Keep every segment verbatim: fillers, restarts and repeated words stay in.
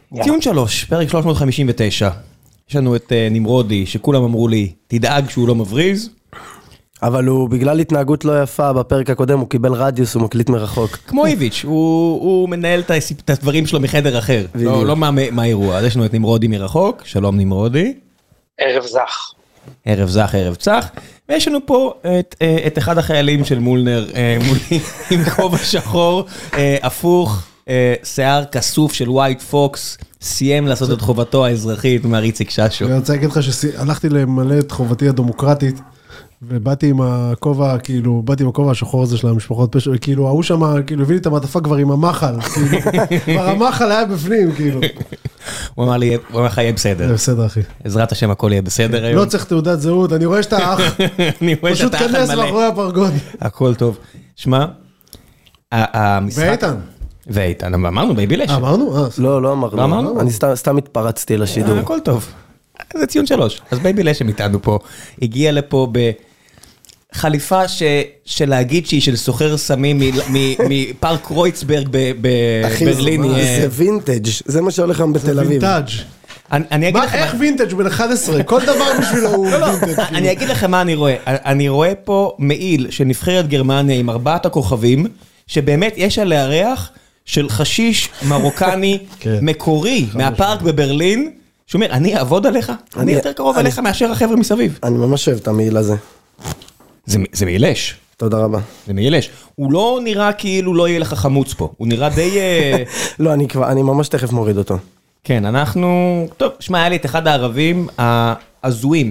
ציון שלוש, פרק שלוש מאות חמישים ותשע. יש לנו את נמרודי, שכולם אמרו לי, תדאג שהוא לא מבריז. אבל הוא, בגלל התנהגות לא יפה, בפרק הקודם הוא קיבל רדיוס, הוא מקליט מרחוק. כמו איביץ', הוא, הוא מנהל את הדברים שלו מחדר אחר. לא, לא מה, מה האירוע. אז יש לנו את נמרודי מרחוק, שלום נמרודי. ערב זך. ערב זך, ערב צח. ויש לנו פה את, את אחד החיילים של מולנר, מולי, עם כובע שחור, הפוך, שיער כסוף של ווייט פוקס, סיים לעשות את חובתו האזרחית מהריציק ששו. אני רוצה להגיד לך שהלכתי למלא את חובתי הדמוקרטית, ובאתי עם הכובע, כאילו, באתי עם הכובע השחור הזה של המשפחות פשע, וכאילו, ההוא שם, כאילו, הביא לי את המעטפה כבר עם המחל, כאילו, כבר המחל היה בפנים, כאילו. הוא אמר לי, הוא אמר לך, יהיה בסדר. בסדר, אחי. עזרת השם, הכל יהיה בסדר היום. לא צריך תעודת זהות, אני רואה שאתה אח. פשוט כנס מאחורי הפרגוד. הכל טוב. שמע, המשחק... ואיתן. ואיתן, אמרנו בייבילש. אמרנו? לא, לא אמרנו. לא אמרנו? אני סתם התפרצתי לשידור. הכל טוב. זה ציון שלוש. אז בייבילש הם איתנו פה. הגיע לפה בחליפה של להגיד שהיא של סוחר סמים מפארק רויצברג בברלין. זה וינטג', זה מה שהולך היום בתל אביב. זה וינטג'. מה, איך וינטג' בן אחד עשרה? כל דבר בשבילו הוא וינטג'. אני אגיד לכם מה אני רואה. אני רואה פה מעיל של נבחרת גרמניה עם ארבעת הכוכבים, שבאמת יש עליה ריח של חשיש מרוקני מקורי מהפארק בברלין, שאומר, אני אעבוד עליך? אני יותר קרוב עליך מאשר החבר'ה מסביב. אני ממש אוהב את המעיל הזה. זה מעילש. תודה רבה. זה מעילש. הוא לא נראה כאילו לא יהיה לך חמוץ פה. הוא נראה די... לא, אני כבר, אני ממש תכף מוריד אותו. כן, אנחנו... טוב, שמע, היה לי את אחד הערבים הזויים.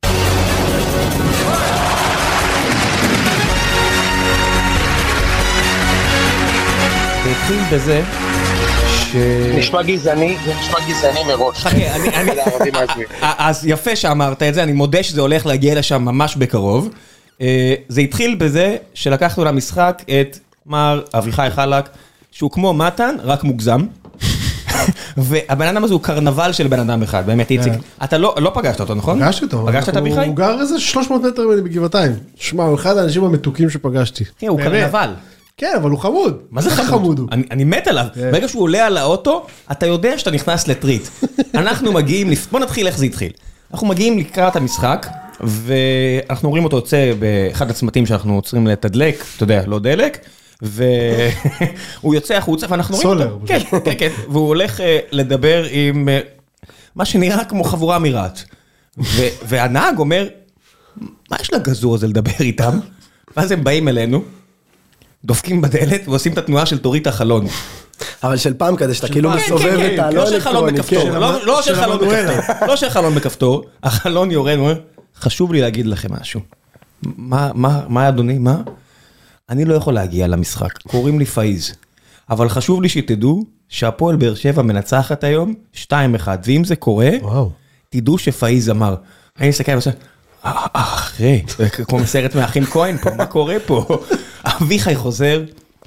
זה התחיל בזה ש... נשמע גזעני, זה נשמע גזעני מראש. חכה, אני... אז יפה שאמרת את זה, אני מודה שזה הולך להגיע לשם ממש בקרוב. זה התחיל בזה שלקחנו למשחק את מר אביחי חלק, שהוא כמו מתן, רק מוגזם. והבן אדם הזה הוא קרנבל של בן אדם אחד, באמת איציק. אתה לא פגשת אותו, נכון? פגשתי אותו. פגשת את אביחי? הוא גר איזה שלוש מאות מטר ממני בגבעתיים. שמע, הוא אחד האנשים המתוקים שפגשתי. כן, הוא קרנבל. כן, אבל הוא חמוד. מה זה חמוד? אני מת עליו. ברגע שהוא עולה על האוטו, אתה יודע שאתה נכנס לטריט. אנחנו מגיעים, בוא נתחיל איך זה התחיל. אנחנו מגיעים לקראת המשחק, ואנחנו אומרים אותו יוצא באחד הצמתים שאנחנו עוצרים לתדלק, אתה יודע, לא דלק, והוא יוצא החוצה, ואנחנו רואים אותו. כן, כן, כן. והוא הולך לדבר עם מה שנראה כמו חבורה מרעת. והנהג אומר, מה יש לגזור הזה לדבר איתם? ואז הם באים אלינו, דופקים בדלת ועושים את התנועה של תוריד החלון. אבל של פעם כזה שאתה כאילו מסובב את הלא אלקטרוני. לא של חלון בכפתור, החלון יורד, חשוב לי להגיד לכם משהו. מה אדוני, מה? אני לא יכול להגיע למשחק, קוראים לי פאיז. אבל חשוב לי שתדעו שהפועל באר שבע מנצחת היום שתיים אחד, ואם זה קורה, תדעו שפאיז אמר. אני אסתכל ועושה, אחרי, כמו מסרט מאחים כהן פה, מה קורה פה? אביחי חוזר.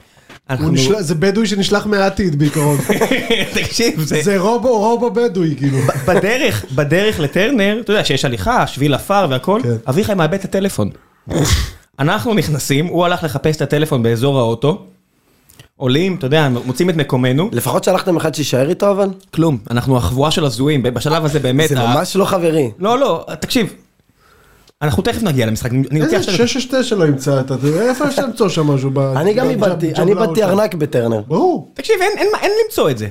זה בדואי שנשלח מהעתיד בעיקרון. תקשיב, זה רובו, רובו בדואי, כאילו. בדרך, בדרך לטרנר, אתה יודע שיש הליכה, שביל אפר והכל, אביחי מאבד את הטלפון. אנחנו נכנסים, הוא הלך לחפש את הטלפון באזור האוטו, עולים, אתה יודע, מוצאים את מקומנו. לפחות שלחתם אחד שישאר איתו אבל? כלום, אנחנו החבורה של הזויים, בשלב הזה באמת... זה ממש לא חברי. לא, לא, תקשיב. אנחנו תכף נגיע למשחק. איזה שש שש תשע לא ימצא את זה, איפה אפשר למצוא שם משהו? אני גם איבדתי, אני איבדתי ארנק בטרנר. ברור. תקשיב, אין למצוא את זה.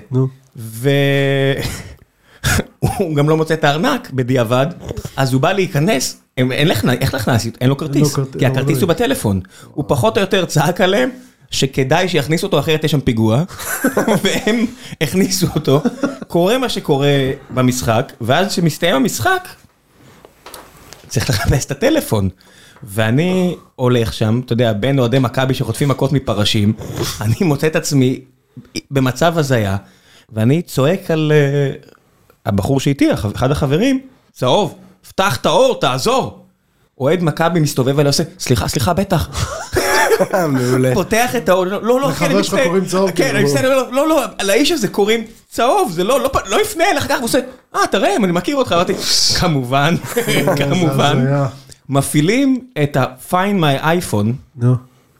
והוא גם לא מוצא את הארנק בדיעבד, אז הוא בא להיכנס, איך להכנס? אין לו כרטיס, כי הכרטיס הוא בטלפון. הוא פחות או יותר צעק עליהם, שכדאי שיכניסו אותו, אחרת יש שם פיגוע, והם הכניסו אותו. קורה מה שקורה במשחק, ואז שמסתיים המשחק, צריך לחפש את הטלפון. ואני הולך שם, אתה יודע, בין אוהדי מכבי שחוטפים מכות מפרשים, אני מוצא את עצמי במצב הזיה, ואני צועק על הבחור שאיתי, אחד החברים, צהוב, פתח את האור, תעזור. אוהד מכבי מסתובב ואני עושה, סליחה, סליחה, בטח. מעולה. פותח את האור, לא, לא, לחבר שלך קוראים צהוב. כן, אני מסתכל, לא, לא, לא, על האיש הזה קוראים צהוב, זה לא, לא יפנה אליך כך, ועושה, אה, תראה, אני מכיר אותך, אמרתי, כמובן, כמובן, מפעילים את ה-Find My iPhone,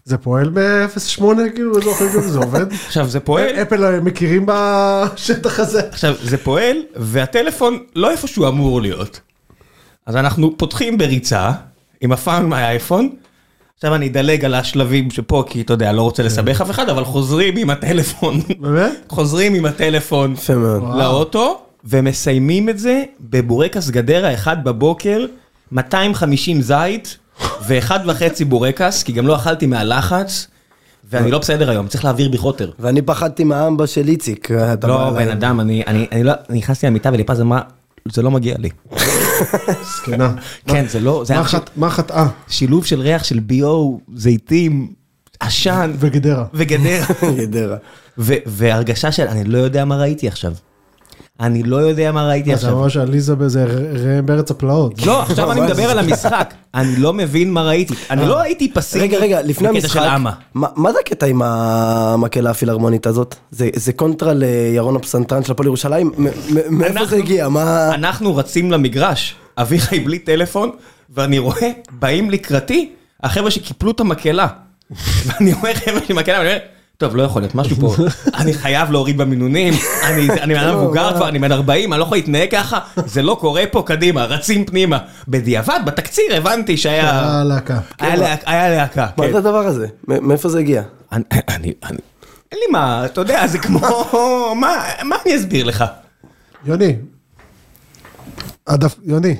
זה פועל ב-אפס שמונה, כאילו, זה עובד? עכשיו, זה פועל... אפל מכירים בשטח הזה. עכשיו, זה פועל, והטלפון לא איפה שהוא אמור להיות. אז אנחנו פותחים בריצה, עם הפאון מהאייפון, עכשיו אני אדלג על השלבים שפה, כי אתה יודע, לא רוצה לסבך אף אחד, אבל חוזרים עם הטלפון. באמת? חוזרים עם הטלפון לאוטו, ומסיימים את זה בבורקס גדרה, אחד בבוקר, מאתיים וחמישים זית, ואחד וחצי בורקס, כי גם לא אכלתי מהלחץ, ואני לא בסדר היום, צריך להעביר בחוטר. ואני פחדתי מהאמבה של איציק. לא, בן אדם, אני נכנסתי למיטה וליפז אמרה, זה לא מגיע לי. סכנה. כן, זה לא... מה חטאה? שילוב של ריח של ביו, זיתים, עשן. וגדרה. וגדרה. גדרה. והרגשה של, אני לא יודע מה ראיתי עכשיו. אני לא יודע מה ראיתי עכשיו. זה ממש עליזה באיזה רעם בארץ הפלאות. לא, עכשיו אני מדבר על המשחק. אני לא מבין מה ראיתי. אני לא הייתי פסיבי. רגע, רגע, לפני המשחק, מה זה הקטע עם המקהלה הפילהרמונית הזאת? זה קונטרה לירון הפסנתרן של הפועל ירושלים? מאיפה זה הגיע? אנחנו רצים למגרש, אביחי בלי טלפון, ואני רואה, באים לקראתי, החבר'ה שקיפלו את המקהלה. ואני רואה חבר'ה של מקהלה, ואני אומר, טוב, לא יכול להיות, משהו פה, אני חייב להוריד במינונים, אני בן מבוגר כבר, אני בן ארבעים, אני לא יכול להתנהג ככה, זה לא קורה פה, קדימה, רצים פנימה. בדיעבד, בתקציר הבנתי שהיה... היה להקה. היה להקה. מה זה הדבר הזה? מאיפה זה הגיע? אני... אין לי מה, אתה יודע, זה כמו... מה אני אסביר לך? יוני. יוני.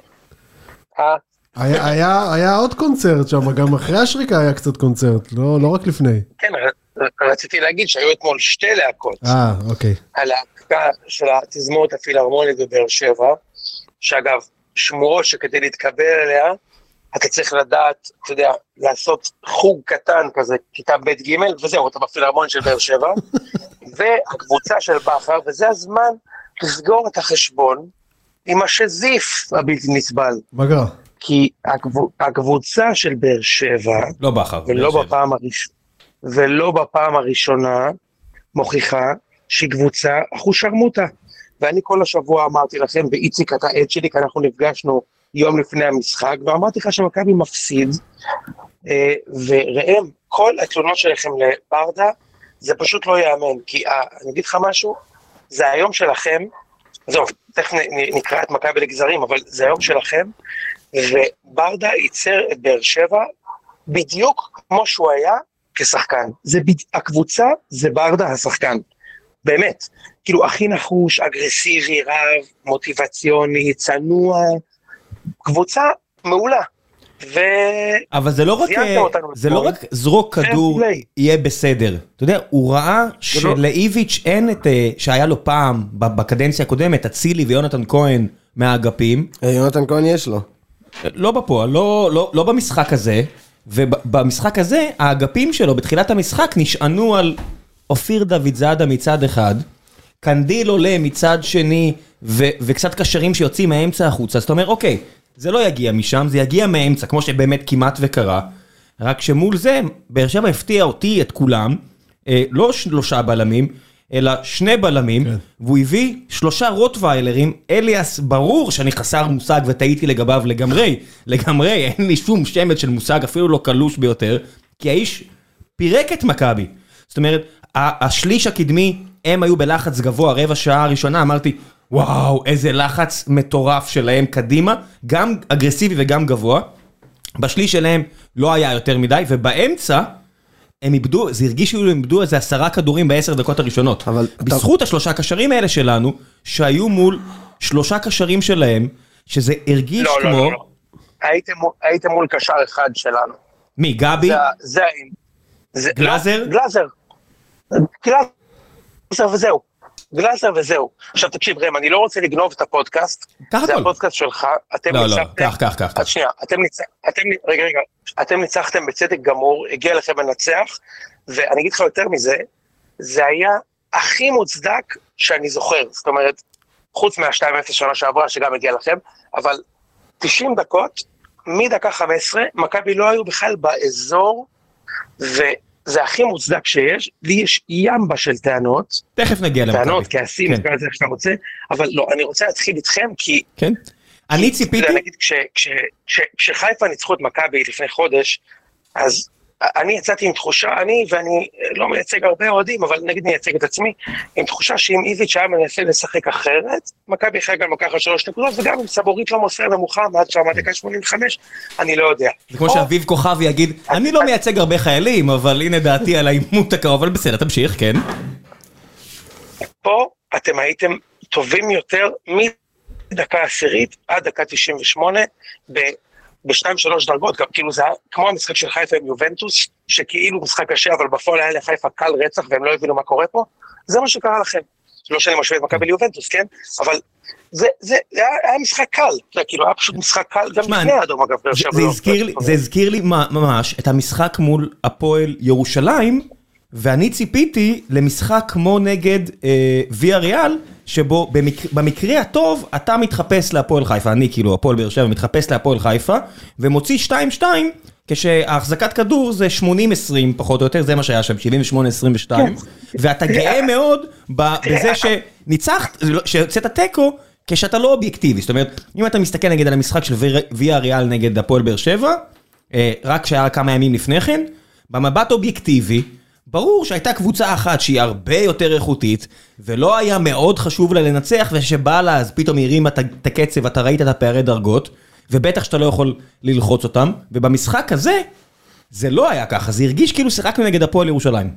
היה עוד קונצרט שם, גם אחרי השריקה היה קצת קונצרט, לא רק לפני. כן, רציתי להגיד שהיו אתמול שתי להקות. אה, אוקיי. הלהקה של התזמורת הפילהרמונית בבאר שבע, שאגב, שמועות שכדי להתקבל אליה, אתה צריך לדעת, אתה יודע, לעשות חוג קטן כזה, כיתה ב' ג' וזהו, אתה בפילהרמונית של באר שבע, והקבוצה של בכר, וזה הזמן לסגור את החשבון עם השזיף הבלתי נסבל. מה קרה? כי הקבוצה של באר שבע, לא בכר, ולא בפעם הראשונה, ולא בפעם הראשונה מוכיחה שהיא קבוצה אחושרמוטה. ואני כל השבוע אמרתי לכם, ואיציק אתה עד שלי, כי אנחנו נפגשנו יום לפני המשחק, ואמרתי לך שמכבי מפסיד, וראם, כל התלונות שלכם לברדה, זה פשוט לא יאמן, כי אני אגיד לך משהו, זה היום שלכם, זהו, תכף נקרא את מכבי לגזרים, אבל זה היום שלכם, וברדה ייצר את באר שבע, בדיוק כמו שהוא היה, כשחקן. זה בד... הקבוצה זה ברדה השחקן. באמת. כאילו הכי נחוש, אגרסיבי, רב, מוטיבציוני, צנוע. קבוצה מעולה. ו... אבל זה לא רק, זה לא רק זרוק כדור יהיה בסדר. אתה יודע, הוא ראה שלאיביץ' אין את, שהיה לו פעם, בקדנציה הקודמת, אצילי ויונתן כהן מהאגפים. יונתן כהן יש לו. לא בפועל, לא, לא, לא במשחק הזה. ובמשחק הזה, האגפים שלו בתחילת המשחק נשענו על אופיר דוד זאדה מצד אחד, קנדיל עולה מצד שני, ו- וקצת קשרים שיוצאים מהאמצע החוצה. זאת אומרת, אוקיי, זה לא יגיע משם, זה יגיע מהאמצע, כמו שבאמת כמעט וקרה, רק שמול זה, באר שבע הפתיע אותי את כולם, אה, לא שלושה בלמים, אלא שני בלמים, כן. והוא הביא שלושה רוטוויילרים, אליאס ברור שאני חסר מושג וטעיתי לגביו לגמרי, לגמרי, אין לי שום שמץ של מושג, אפילו לא קלוש ביותר, כי האיש פירק את מכבי. זאת אומרת, השליש הקדמי, הם היו בלחץ גבוה, רבע שעה הראשונה, אמרתי, וואו, איזה לחץ מטורף שלהם קדימה, גם אגרסיבי וגם גבוה, בשליש שלהם לא היה יותר מדי, ובאמצע, הם איבדו, זה הרגיש כאילו הם איבדו איזה עשרה כדורים בעשר דקות הראשונות. אבל בזכות השלושה קשרים האלה שלנו, שהיו מול שלושה קשרים שלהם, שזה הרגיש לא, כמו... לא, לא, לא. הייתם, הייתם מול קשר אחד שלנו. מי, גבי? זה, זה, גלאזר? לא, גלאזר. גלאזר וזהו. גלאזר וזהו. עכשיו תקשיב רם, אני לא רוצה לגנוב את הפודקאסט. זה הפודקאסט שלך. אתם לא, לא, כך, כך, כך. שנייה, אתם ניצחתם, רגע, רגע, אתם ניצחתם בצדק גמור, הגיע לכם לנצח, ואני אגיד לך יותר מזה, זה היה הכי מוצדק שאני זוכר. זאת אומרת, חוץ מה-שתיים אפס שנה שעברה, שגם הגיע לכם, אבל תשעים דקות, מדקה חמש עשרה, מכבי לא היו בכלל באזור, וזה הכי מוצדק שיש, לי יש ימבה של טענות, תכף נגיע למכבי. טענות, כעסים, כן. כעסים שאתה רוצה, אבל לא, אני רוצה להתחיל איתכם, כי... כן. אני ציפיתי... נגיד, כש, כש, כש, כשחיפה ניצחו את מכבי לפני חודש, אז אני יצאתי עם תחושה, אני ואני לא מייצג הרבה אוהדים, אבל נגיד מייצג את עצמי, עם תחושה שאם איביץ' היה מנסה לשחק אחרת, מכבי חיפה גם לקחה שלוש נקודות, וגם אם סבורית לא מוסר נמוכה, מעד שם הדקה שמונים וחמש, אני לא יודע. זה כמו שאביב כוכב יגיד, אני לא מייצג הרבה חיילים, אבל הנה דעתי על האימות הקרוב, אבל בסדר, תמשיך, כן. פה אתם הייתם טובים יותר מדקה עשירית עד דקה תשעים ושמונה, ב... בשתיים שלוש דרגות, גם כאילו זה היה כמו המשחק של חיפה עם יובנטוס, שכאילו משחק קשה, אבל בפועל היה לחיפה קל רצח, והם לא הבינו מה קורה פה, זה מה שקרה לכם. לא שאני משווה את מכבי ליובנטוס, כן? אבל זה, זה, זה היה, היה משחק קל, זה כאילו היה פשוט משחק קל, גם לפני האדום אגב. זה, זה, הזכיר לי, זה הזכיר לי ממש את המשחק מול הפועל ירושלים, ואני ציפיתי למשחק כמו נגד אה, ויה ריאל, שבו במק... במקרה הטוב אתה מתחפש להפועל חיפה, אני כאילו הפועל באר שבע מתחפש להפועל חיפה, ומוציא שתיים שתיים, כשההחזקת כדור זה שמונים עשרים פחות או יותר, זה מה שהיה שם, שבעים ושמונה עשרים ושתיים, ואתה גאה מאוד בזה שניצחת, שיוצאת הטקו, כשאתה לא אובייקטיבי, זאת אומרת, אם אתה מסתכל נגד על המשחק של ויה ריאל נגד הפועל באר שבע, רק שהיה כמה ימים לפני כן, במבט אובייקטיבי, ברור שהייתה קבוצה אחת שהיא הרבה יותר איכותית, ולא היה מאוד חשוב לה לנצח, ושבא לה, אז פתאום הרימה את הקצב, אתה ראית את הפערי דרגות, ובטח שאתה לא יכול ללחוץ אותם, ובמשחק הזה, זה לא היה ככה, זה הרגיש כאילו שיחקנו נגד הפועל ירושלים.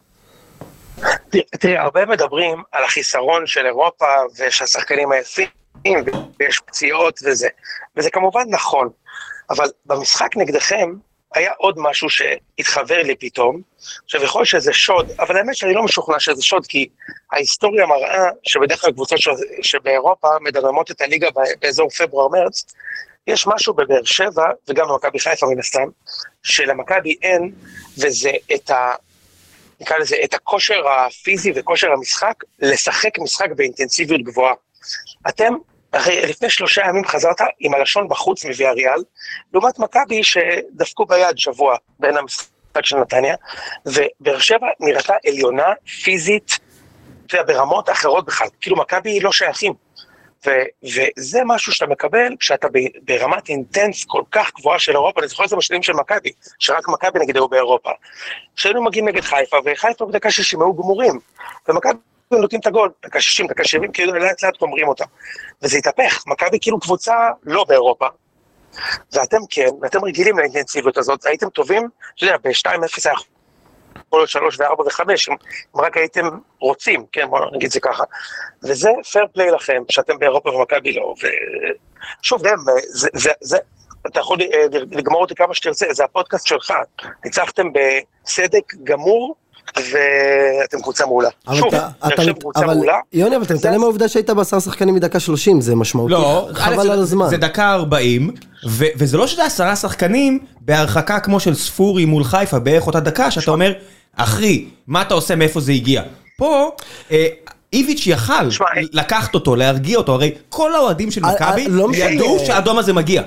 תראה, הרבה מדברים על החיסרון של אירופה, ושהשחקנים היפים, ויש פציעות וזה, וזה כמובן נכון, אבל במשחק נגדכם, היה עוד משהו שהתחבר לי פתאום, עכשיו יכול להיות שזה שוד, אבל האמת שאני לא משוכנע שזה שוד, כי ההיסטוריה מראה שבדרך כלל קבוצות שבאירופה מדממות את הליגה באזור פברואר-מרץ, יש משהו בבאר שבע, וגם במכבי חיפה מן הסתם, שלמכבי אין, וזה את ה... נקרא לזה, את הכושר הפיזי וכושר המשחק, לשחק משחק באינטנסיביות גבוהה. אתם... אחרי, לפני שלושה ימים חזרת עם הלשון בחוץ מוויה ריאל, לעומת מכבי שדפקו ביד שבוע בין המשחק של נתניה, ובאר שבע נראתה עליונה פיזית ברמות אחרות בכלל, כאילו מכבי היא לא שייכים, ו, וזה משהו שאתה מקבל כשאתה ברמת אינטנס כל כך גבוהה של אירופה, אני זוכר את זה בשנים של מכבי, שרק מכבי נגד היו באירופה, שהיינו מגיעים נגד חיפה, וחיפה בדקה שישים היו גמורים, ומכבי נותנים את הגול, דקה שישים, דקה שבעים, כאילו לאט לאט קומרים אותם. וזה התהפך, מכבי כאילו קבוצה לא באירופה. ואתם כן, ואתם רגילים לאינטנסיביות הזאת, הייתם טובים, אתה יודע, ב-שתיים אפס היה יכול להיות שלוש וארבע וחמש, אם רק הייתם רוצים, כן, בואו נגיד זה ככה. וזה פייר פליי לכם, שאתם באירופה ומכבי לא. ושוב, דם, זה, זה, זה, אתה יכול לגמור אותי כמה שתרצה, זה הפודקאסט שלך. ניצחתם בסדק גמור, ואתם קבוצה מעולה. שוב, עכשיו קבוצה מעולה. יוני, אבל אתה מתעלם מהעובדה שהיית בעשרה שחקנים מדקה שלושים, זה משמעותי. לא, חבל על הזמן. זה דקה ארבעים, וזה לא שזה עשרה שחקנים בהרחקה כמו של ספורי מול חיפה, בערך אותה דקה, שאתה אומר, אחי, מה אתה עושה, מאיפה זה הגיע? פה, איביץ' יכל לקחת אותו, להרגיע אותו, הרי כל האוהדים של מכבי ידעו שהאדום הזה מגיע.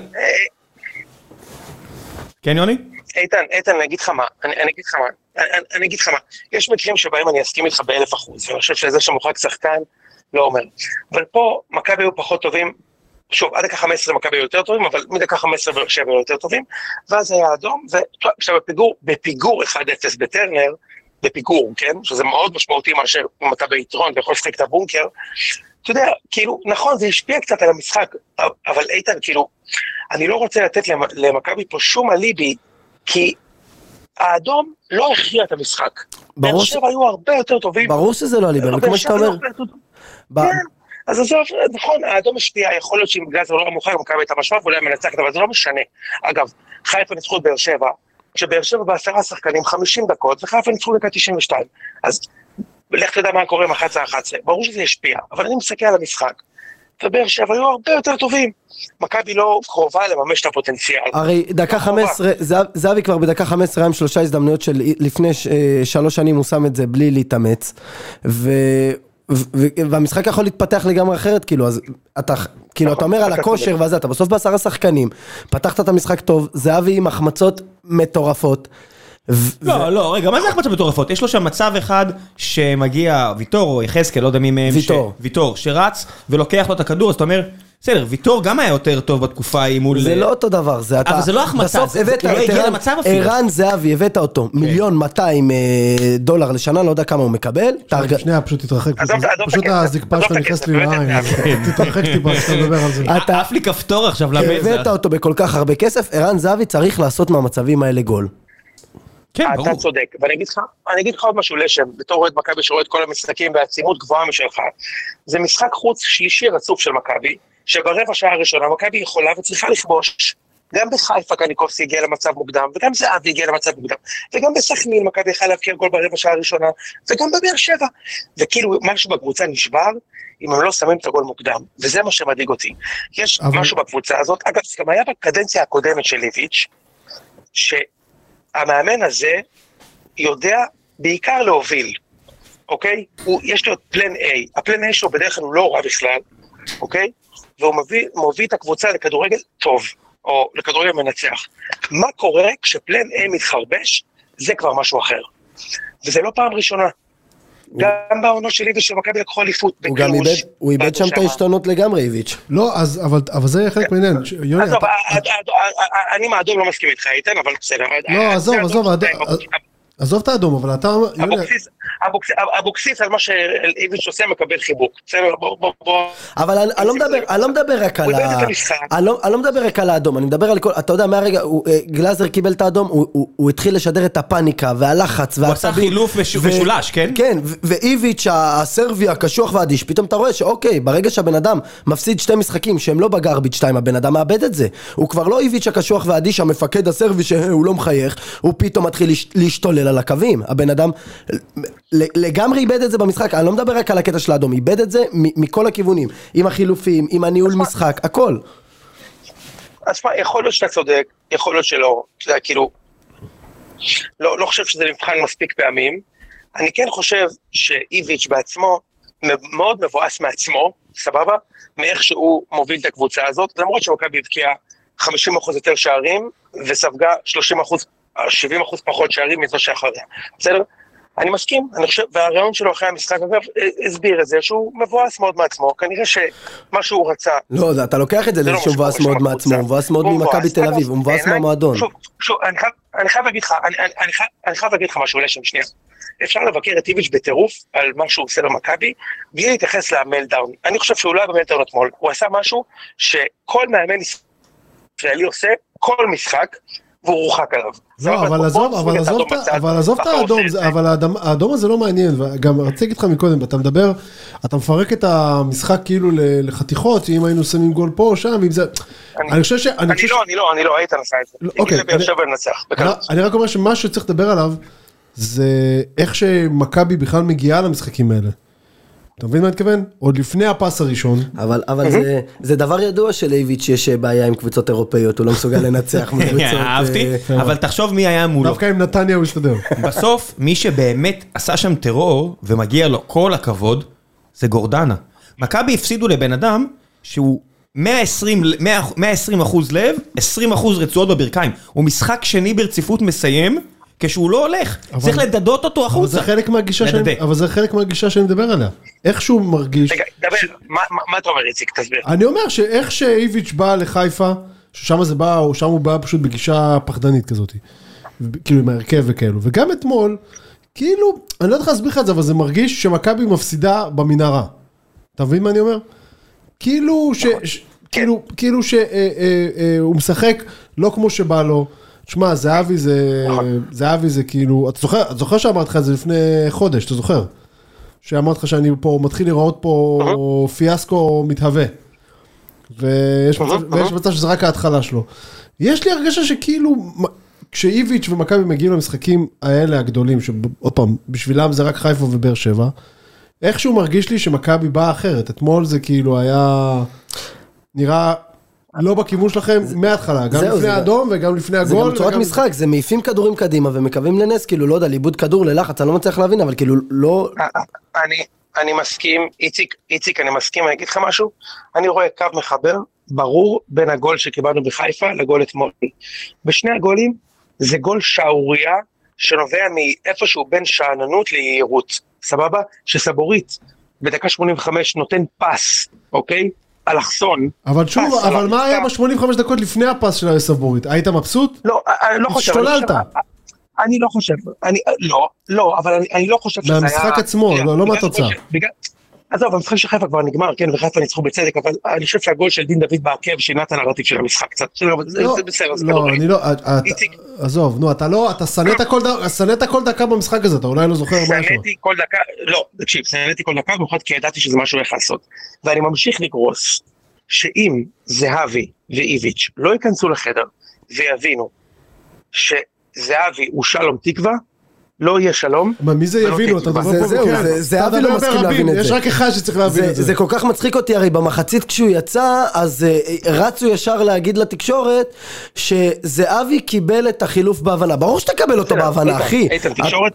כן, יוני? איתן, איתן, אני אגיד לך מה, אני, אני אגיד לך מה, אני, אני אגיד לך מה, יש מקרים שבהם אני אסכים איתך באלף אחוז, ואני חושב שזה שמוחק שחקן לא אומר, אבל פה מכבי היו פחות טובים, שוב, עד דקה חמש עשרה מכבי היו יותר טובים, אבל מדקה חמש עשרה שבע היו יותר טובים, ואז היה אדום, ועכשיו בפיגור, בפיגור אחד אפס בטרנר, בפיגור, כן, שזה מאוד משמעותי מאשר אם אתה ביתרון ויכול לשחק את הבונקר, אתה יודע, כאילו, נכון, זה השפיע קצת על המשחק, אבל איתן, כאילו, אני לא רוצה לתת למכבי פה שום אליבי, כי האדום לא הכריע את המשחק. באר שבע היו הרבה יותר טובים. ברור שזה לא אליבי, אבל כמו שאתה אומר. כן, אז זה נכון, האדום השפיע, יכול להיות שאם גזר לא מוכר, מכבי הייתה משמעת, ואולי מנצחת, אבל זה לא משנה. אגב, חיפה ניצחו את באר שבע, כשבאר שבע בעשרה שחקנים, חמישים דקות, וחיפה ניצחו דקה תשעים ושתיים. אז לך תדע מה קורה עם אחת עשרה אחת עשרה. ברור שזה השפיע, אבל אני מסתכל על המשחק. ובאר שבע היו הרבה יותר טובים. מכבי לא קרובה לממש את הפוטנציאל. הרי דקה חמש עשרה, זהבי כבר בדקה חמש עשרה עם שלושה הזדמנויות של לפני שלוש שנים הוא שם את זה בלי להתאמץ, והמשחק יכול להתפתח לגמרי אחרת, כאילו, אז אתה, כאילו, אתה אומר על הכושר וזה, אתה בסוף בעשרה שחקנים, פתחת את המשחק טוב, זהבי עם החמצות מטורפות, לא, לא, רגע, מה זה החמצות מטורפות? יש לו שם מצב אחד שמגיע ויטור או יחזקאל, לא יודע מי מהם, ויטור, שרץ ולוקח לו את הכדור, אז אתה אומר, בסדר, ויטור גם היה יותר טוב בתקופה ההיא מול... זה לא אותו דבר, זה אתה... אבל זה לא החמצה, זה לא הגיע למצב אפילו. ערן זהבי, הבאת אותו, מיליון מאתיים דולר לשנה, לא יודע כמה הוא מקבל. שנייה, פשוט תתרחק, פשוט הזקפה שלך נכנסת לי לעין, תתרחק טיפה, שאתה מדבר על זה. אתה עף לי כפתור עכשיו למזה. הבאת אותו בכל כך הרבה כסף, ערן זהבי צריך לעשות מהמצבים האלה גול. אתה צודק, ואני אגיד לך, אני אגיד לך עוד משהו לשם, בתור רואה מכבי שרואה את כל המשחקים בעצימות גבוהה משלך, זה משחק חוץ שלישי רצוף של מכבי, שברבע שעה הראשונה מכבי יכולה וצריכה לכבוש, גם בחיפה קניקובסקי הגיע למצב מוקדם, וגם זהבי הגיע למצב מוקדם, וגם בסכנין מכבי יכולה להבקיע גול ברבע שעה הראשונה, וגם בבאר שבע, וכאילו משהו בקבוצה נשבר, אם הם לא שמים את הגול מוקדם, וזה מה שמדאיג אותי. יש אבל... משהו בקבוצה הזאת, אגב, גם היה בקדנציה הקודמת של ליביץ', ש... המאמן הזה יודע בעיקר להוביל, אוקיי? הוא, יש לו את פלן A, הפלן A שלו בדרך כלל הוא לא רע בכלל, אוקיי? והוא מביא, מביא את הקבוצה לכדורגל טוב, או לכדורגל מנצח. מה קורה כשפלן A מתחרבש? זה כבר משהו אחר. וזה לא פעם ראשונה. גם בעונות שלי ושל מכבי לקחו אליפות. הוא איבד שם את ההשתנות לגמרי, איביץ'. לא, אבל זה חלק מעניין. אני מהאדום לא מסכים איתך, איתן, אבל בסדר. לא, עזוב, עזוב, עזוב את האדום, אבל אתה... אבוקסיס על מה שאיביץ' עושה מקבל חיבוק. בסדר, בוא, בוא. אבל אני לא מדבר רק על ה... אני לא מדבר רק על האדום, אני מדבר על כל... אתה יודע, מהרגע, גלאזר קיבל את האדום, הוא התחיל לשדר את הפאניקה והלחץ הוא עשה חילוף משולש, כן? כן, ואיביץ' הסרבי הקשוח והאדיש, פתאום אתה רואה שאוקיי, ברגע שהבן אדם מפסיד שתי משחקים שהם לא בגרביץ' שתיים, הבן אדם מאבד את זה. הוא כבר לא איביץ' הקשוח והאדיש, המפקד הסרבי שהוא לא מחייך, הוא פתאום מתחיל להשתולל על הקווים. הבן אדם לגמרי איבד את זה במשחק. אני לא מדבר רק על הקטע של האדום, איבד את זה מכל הכיוונים, עם החילופים, עם הניהול משחק, הכל. אז מה, יכול להיות שאתה צודק, יכול להיות שלא, אתה יודע, כאילו, לא, לא חושב שזה מבחן מספיק פעמים. אני כן חושב שאיביץ' בעצמו מאוד מבואס מעצמו, סבבה? מאיך שהוא מוביל את הקבוצה הזאת, למרות שמכבי הבקיעה חמישים אחוז יותר שערים, וספגה שלושים אחוז, שבעים אחוז פחות שערים מזו שאחריה. בסדר? אני מסכים, אני חושב, והרעיון שלו אחרי המשחק, אגב, הסביר את זה, שהוא מבואס מאוד מעצמו, כנראה שמה שהוא רצה... לא, אתה לוקח את זה לזה שהוא מבואס מאוד מעצמו, הוא מבואס מאוד ממכבי תל אביב, הוא מבואס מהמועדון. שוב, שוב, אני חייב להגיד לך, אני חייב להגיד לך משהו לשם שנייה. אפשר לבקר את איביץ' בטירוף על מה שהוא עושה במכבי, בלי להתייחס למלדאון. אני חושב שהוא לא היה במלדאון אתמול, הוא עשה משהו שכל מאמן ישראלי עושה, כל משחק, והוא רוחק עליו. לא, אבל עזוב, אבל עזוב את האדום, אבל האדום הזה לא מעניין, וגם רציתי להגיד לך מקודם, אתה מדבר, אתה מפרק את המשחק כאילו לחתיכות, אם היינו שמים גול פה או שם, אם זה... אני חושב ש... אני לא, אני לא, אני לא, היית נסע את זה. אוקיי. זה באר שבע לנצח. אני רק אומר שמה שצריך לדבר עליו, זה איך שמכבי בכלל מגיעה למשחקים האלה. אתה מבין מה אני מתכוון? עוד לפני הפס הראשון. אבל, אבל זה, זה דבר ידוע שלאיביץ' יש בעיה עם קבוצות אירופאיות, הוא לא מסוגל לנצח מול קבוצות... אהבתי, אבל תחשוב מי היה מולו. דווקא עם נתניה הוא הסתדר. בסוף, מי שבאמת עשה שם טרור, ומגיע לו כל הכבוד, זה גורדנה. מכבי הפסידו לבן אדם, שהוא מאה ועשרים אחוז לב, עשרים אחוז רצועות בברכיים. הוא משחק שני ברציפות מסיים, כשהוא לא הולך, צריך לדדות אותו החוצה. אבל זה חלק מהגישה שאני, אבל זה חלק מהגישה שאני מדבר עליה. איך שהוא מרגיש... רגע, דבר, מה אתה אומר, איציק, תסביר. אני אומר שאיך שאיביץ' בא לחיפה, ששם זה בא, או שם הוא בא פשוט בגישה פחדנית כזאת. כאילו עם ההרכב וכאלו. וגם אתמול, כאילו, אני לא יודע איך להסביר לך את זה, אבל זה מרגיש שמכבי מפסידה במנהרה. אתה מבין מה אני אומר? כאילו ש... כאילו, כאילו שהוא משחק לא כמו שבא לו. תשמע, זהבי זה, זהבי זה כאילו, אתה זוכר, אתה זוכר שאמרת לך את זה לפני חודש, אתה זוכר? שאמרת לך שאני פה, מתחיל לראות פה פיאסקו מתהווה. ויש מצב, ויש מצב שזה רק ההתחלה שלו. יש לי הרגשה שכאילו, כשאיביץ' ומכבי מגיעים למשחקים האלה הגדולים, שעוד פעם, בשבילם זה רק חיפה ובאר שבע, איכשהו מרגיש לי שמכבי באה אחרת. אתמול זה כאילו היה, נראה... לא בכיוון שלכם מההתחלה, גם לפני האדום וגם לפני הגול. זה גם צורת משחק, זה מעיפים כדורים קדימה ומקווים לנס, כאילו לא יודע, לאיבוד כדור ללחץ, אני לא מצליח להבין, אבל כאילו לא... אני מסכים, איציק, איציק, אני מסכים, אני אגיד לך משהו, אני רואה קו מחבר ברור בין הגול שקיבלנו בחיפה לגול אתמול. בשני הגולים זה גול שערוריה שנובע מאיפשהו בין שעננות ליהירות, סבבה? שסבורית בדקה שמונים וחמש נותן פס, אוקיי? אלכסון. אבל שוב, אבל מה היה ב-שמונים וחמש דקות לפני הפס של סבורית? היית מבסוט? לא, אני לא חושב. השתוללת. אני לא חושב, אני, לא, לא, אבל אני, אני לא חושב שזה היה... מהמשחק עצמו, לא, לא מהתוצאה. עזוב, המשחק של חיפה כבר נגמר, כן, וחיפה ניצחו בצדק, אבל אני חושב שהגול של דין דוד בעקב שינה את הנרטיב של המשחק קצת. זה בסדר, זה לא, אני לא, עזוב, נו, אתה לא, אתה סנית כל דקה במשחק הזה, אתה אולי לא זוכר משהו. סניתי כל דקה, לא, תקשיב, סניתי כל דקה, במיוחד כי ידעתי שזה משהו איך לעשות. ואני ממשיך לגרוס, שאם זהבי ואיביץ' לא ייכנסו לחדר, ויבינו שזהבי הוא שלום תקווה, לא יהיה שלום. מה, מי זה יבינו? אתה דבר פה זהו, זהבי לא מסכים להבין את זה. יש רק אחד שצריך להבין את זה. זה כל כך מצחיק אותי, הרי במחצית כשהוא יצא, אז רצו ישר להגיד לתקשורת, שזהבי קיבל את החילוף בהבנה. ברור שתקבל אותו בהבנה, אחי. איתן, תקשורת?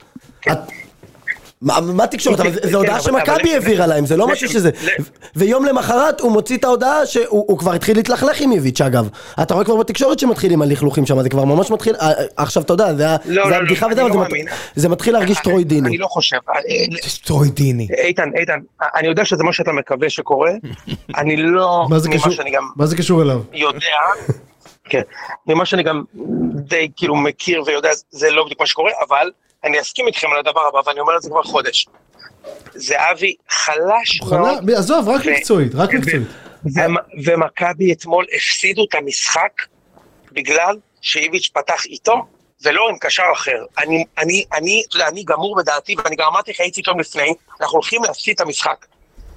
מה תקשורת? זו הודעה שמכבי העבירה להם, זה לא משהו שזה... ויום למחרת הוא מוציא את ההודעה שהוא כבר התחיל להתלכלך עם איביץ' אגב. אתה רואה כבר בתקשורת שמתחילים על לכלוכים שם, זה כבר ממש מתחיל... עכשיו אתה יודע, זה הבדיחה וזה, אבל זה מתחיל להרגיש טרוידיני. אני לא חושב. טרוידיני. איתן, איתן, אני יודע שזה מה שאתה מקווה שקורה, אני לא... מה זה קשור אליו? יודע... כן, ממה שאני גם די כאילו מכיר ויודע, זה לא בדיוק מה שקורה, אבל אני אסכים איתכם על הדבר הבא, ואני אומר את זה כבר חודש. זהבי חלש מאוד. עזוב, רק מקצועית, רק מקצועית. ומכבי אתמול הפסידו את המשחק, בגלל שאיביץ' פתח איתו, ולא עם קשר אחר. אני, אני, אני, אתה יודע, אני גמור בדעתי, ואני גם אמרתי לך הייתי איתו לפני, אנחנו הולכים להפסיד את המשחק.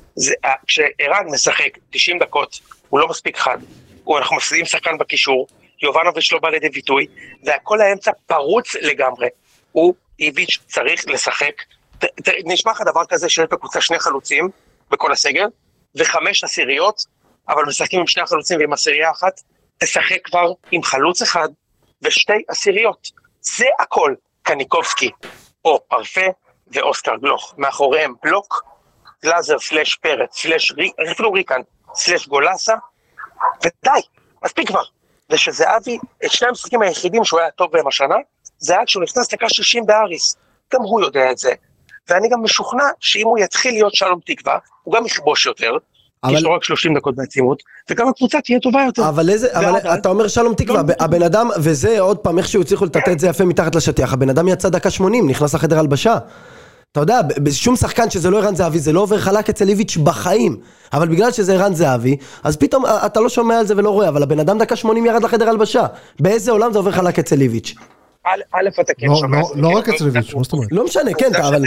כשערן משחק תשעים דקות, הוא לא מספיק חד. אנחנו מפסידים שחקן בקישור, יובנוביץ' לא בא לידי ביטוי, והכל האמצע פרוץ לגמרי. הוא, איביץ', צריך לשחק. ת, ת, נשמע לך דבר כזה שיש בקבוצה שני חלוצים בכל הסגל, וחמש עשיריות, אבל משחקים עם שני החלוצים ועם עשירייה אחת, תשחק כבר עם חלוץ אחד ושתי עשיריות. זה הכל. קניקובסקי, או פרפה ואוסקר גלוך. מאחוריהם בלוק, גלאזר סלש פרץ, סלש רפלו ריקן, סלש גולסה, ודי, מספיק כבר. ושזהבי, את שני המשחקים היחידים שהוא היה טוב בהם השנה, זה היה כשהוא נכנס לקה שישים באריס. גם הוא יודע את זה. ואני גם משוכנע שאם הוא יתחיל להיות שלום תקווה, הוא גם יכבוש יותר, אבל... יש לו רק שלושים דקות בעצימות, וגם הקבוצה תהיה טובה יותר. אבל, איזה, אבל אתה אומר שלום תקווה, לא... הבן אדם, וזה עוד פעם, איך שהוא הצליחו לטטט את זה יפה מתחת לשטיח, הבן אדם יצא דקה שמונים, נכנס לחדר הלבשה. אתה יודע, בשום שחקן שזה לא ערן זהבי, זה לא עובר חלק אצל איביץ' בחיים, אבל בגלל שזה ערן זהבי, אז פתאום אתה לא שומע על זה ולא רואה, אבל הבן אדם דקה שמונים ירד לחדר הלבשה. באיזה עולם זה עובר חלק אצל איביץ'? א' אתה כן שומע. לא רק אצל איביץ', מה זאת אומרת? לא משנה, כן, אבל...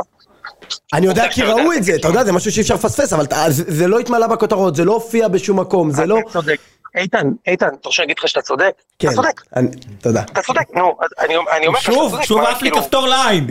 אני יודע כי ראו את זה, אתה יודע, זה משהו שאי אפשר לפספס, אבל זה לא התמלא בכותרות, זה לא הופיע בשום מקום, זה לא... אתה צודק. איתן, איתן, אתה רוצה להגיד לך שאתה צודק? כן, אתה צודק. תודה. אתה צודק, נו, אני אומר לך שאתה צודק. שוב, שוב אף לי כפתור ליין.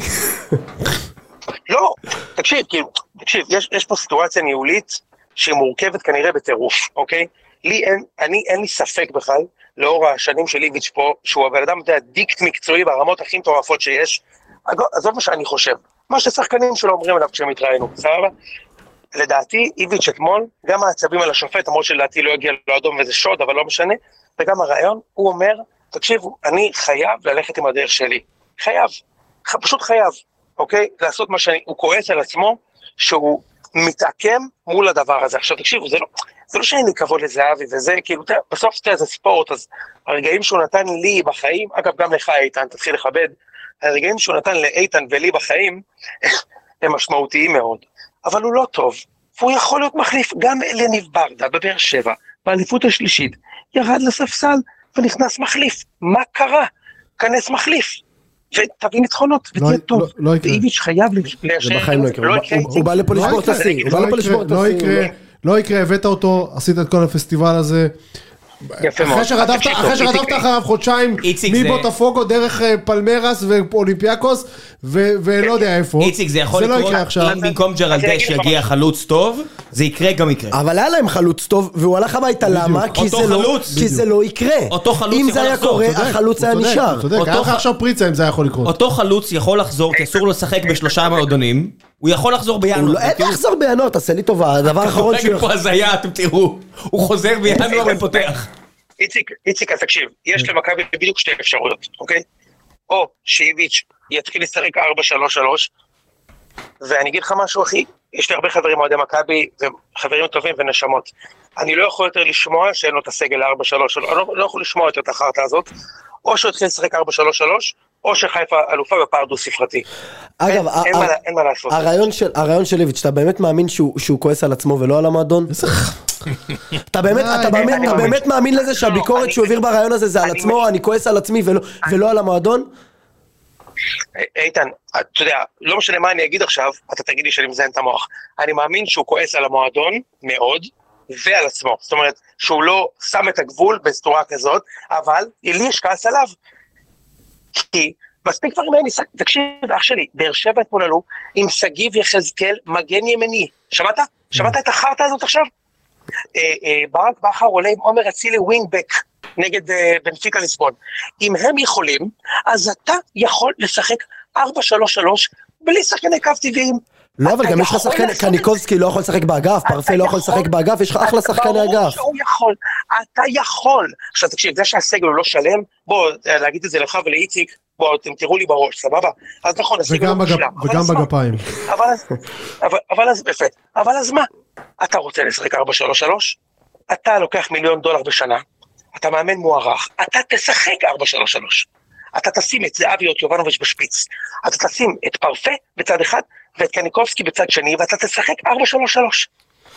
לא, תקשיב, כאילו, תקשיב, יש, יש פה סיטואציה ניהולית שהיא מורכבת כנראה בטירוף, אוקיי? לי אין, אני, אין לי ספק בכלל, לאור השנים של איביץ' פה, שהוא הבן אדם, יודע, דיקט מקצועי ברמות הכי מטורפות שיש, עזוב מה שאני חושב, מה ששחקנים שלו אומרים עליו כשהם התראינו, סבבה? לדעתי, איביץ' אתמול, גם העצבים על השופט, אמרו שלדעתי לא יגיע לו אדום וזה שוד, אבל לא משנה, וגם הרעיון, הוא אומר, תקשיבו, אני חייב ללכת עם הדרך שלי, חייב, פשוט חייב. אוקיי? לעשות מה שאני, הוא כועס על עצמו, שהוא מתעקם מול הדבר הזה. עכשיו תקשיבו, זה לא, זה לא שאין לי כבוד לזהבי, וזה כאילו, בסוף זה ספורט, אז הרגעים שהוא נתן לי בחיים, אגב גם לך איתן, תתחיל לכבד, הרגעים שהוא נתן לאיתן ולי בחיים, הם משמעותיים מאוד. אבל הוא לא טוב, והוא יכול להיות מחליף, גם לניב ברדה בבאר שבע, באליפות השלישית, ירד לספסל ונכנס מחליף. מה קרה? כנס מחליף. ותביא ניצחונות, ותהיה טוב. ואיביץ' חייב להישאר. זה בחיים לא יקרה. הוא בא לפה לשבור את השיא. לא יקרה, הבאת אותו, עשית את כל הפסטיבל הזה. אחרי שרדפת אחריו חודשיים מבוטפוגו דרך פלמרס ואולימפיאקוס ולא יודע איפה. איציק, זה יכול לקרות אם במקום ג'רלדש יגיע חלוץ טוב, זה יקרה גם יקרה. אבל היה להם חלוץ טוב והוא הלך הביתה, למה? כי זה לא יקרה. אם זה היה קורה, החלוץ היה נשאר. היה לך עכשיו פריצה אם זה היה יכול לקרות. אותו חלוץ יכול לחזור, כי אסור לשחק בשלושה מועדונים, הוא יכול לחזור בינואר. אין לחזור בינואר, תעשה לי טובה, הדבר האחרון שהוא... פה הזיה, אתם תראו, הוא חוזר בינואר ופותח. איציק, איציק, אז תקשיב, יש למכבי בדיוק שתי אפשרויות, אוקיי? או שאיביץ' יתחיל לשחק ארבע שלוש שלוש, ואני אגיד לך משהו, אחי, יש לי הרבה חברים אוהדי מכבי, וחברים טובים ונשמות. אני לא יכול יותר לשמוע שאין לו את הסגל ארבע שלוש, אני לא יכול לשמוע יותר את החרטה הזאת, או שהוא התחיל לשחק ארבע שלוש שלוש, או שחיפה אלופה בפער דו ספרתי. אגב, אין מה לעשות. הרעיון של איביץ', אתה באמת מאמין שהוא כועס על עצמו ולא על המועדון? אתה באמת מאמין לזה שהביקורת שהוא העביר ברעיון הזה זה על עצמו, אני כועס על עצמי ולא על המועדון? איתן, אתה יודע, לא משנה מה אני אגיד עכשיו, אתה תגיד לי שאני מזיין את המוח. אני מאמין שהוא כועס על המועדון מאוד, ועל עצמו. זאת אומרת, שהוא לא שם את הגבול בסתורה כזאת, אבל לי יש כעס עליו. כי מספיק כבר ממני, תקשיב, אח שלי, באר שבע אתמול עלו עם סגיב יחזקאל מגן ימני. שמעת? שמעת את החרטה הזאת עכשיו? ברק בכר עולה עם עומר אצילי ווינגבק נגד בנפיקה ליסבון. אם הם יכולים, אז אתה יכול לשחק ארבע שלוש שלוש בלי שחקני קו טבעיים. לא, אבל גם יש לך שחקן, קניקובסקי לא יכול לשחק באגף, פרפה לא יכול לשחק באגף, יש לך אחלה שחקני אגף. ברור שהוא יכול, אתה יכול. עכשיו תקשיב, זה שהסגל הוא לא שלם, בוא, להגיד את זה לך ולאיציק, בוא, אתם תראו לי בראש, סבבה? אז נכון, הסגל הוא מושלם. וגם בגפיים. אבל אז, יפה, אבל אז מה? אתה רוצה לשחק ארבע שלוש שלוש? אתה לוקח מיליון דולר בשנה, אתה מאמן מוערך, אתה תשחק ארבע שלוש שלוש. אתה תשים את זהבי או יובנוביץ' בשפיץ. אתה תשים את פרפה בצד אחד, ואת קניקובסקי בצד שני, ואתה תשחק ארבע שלוש שלוש.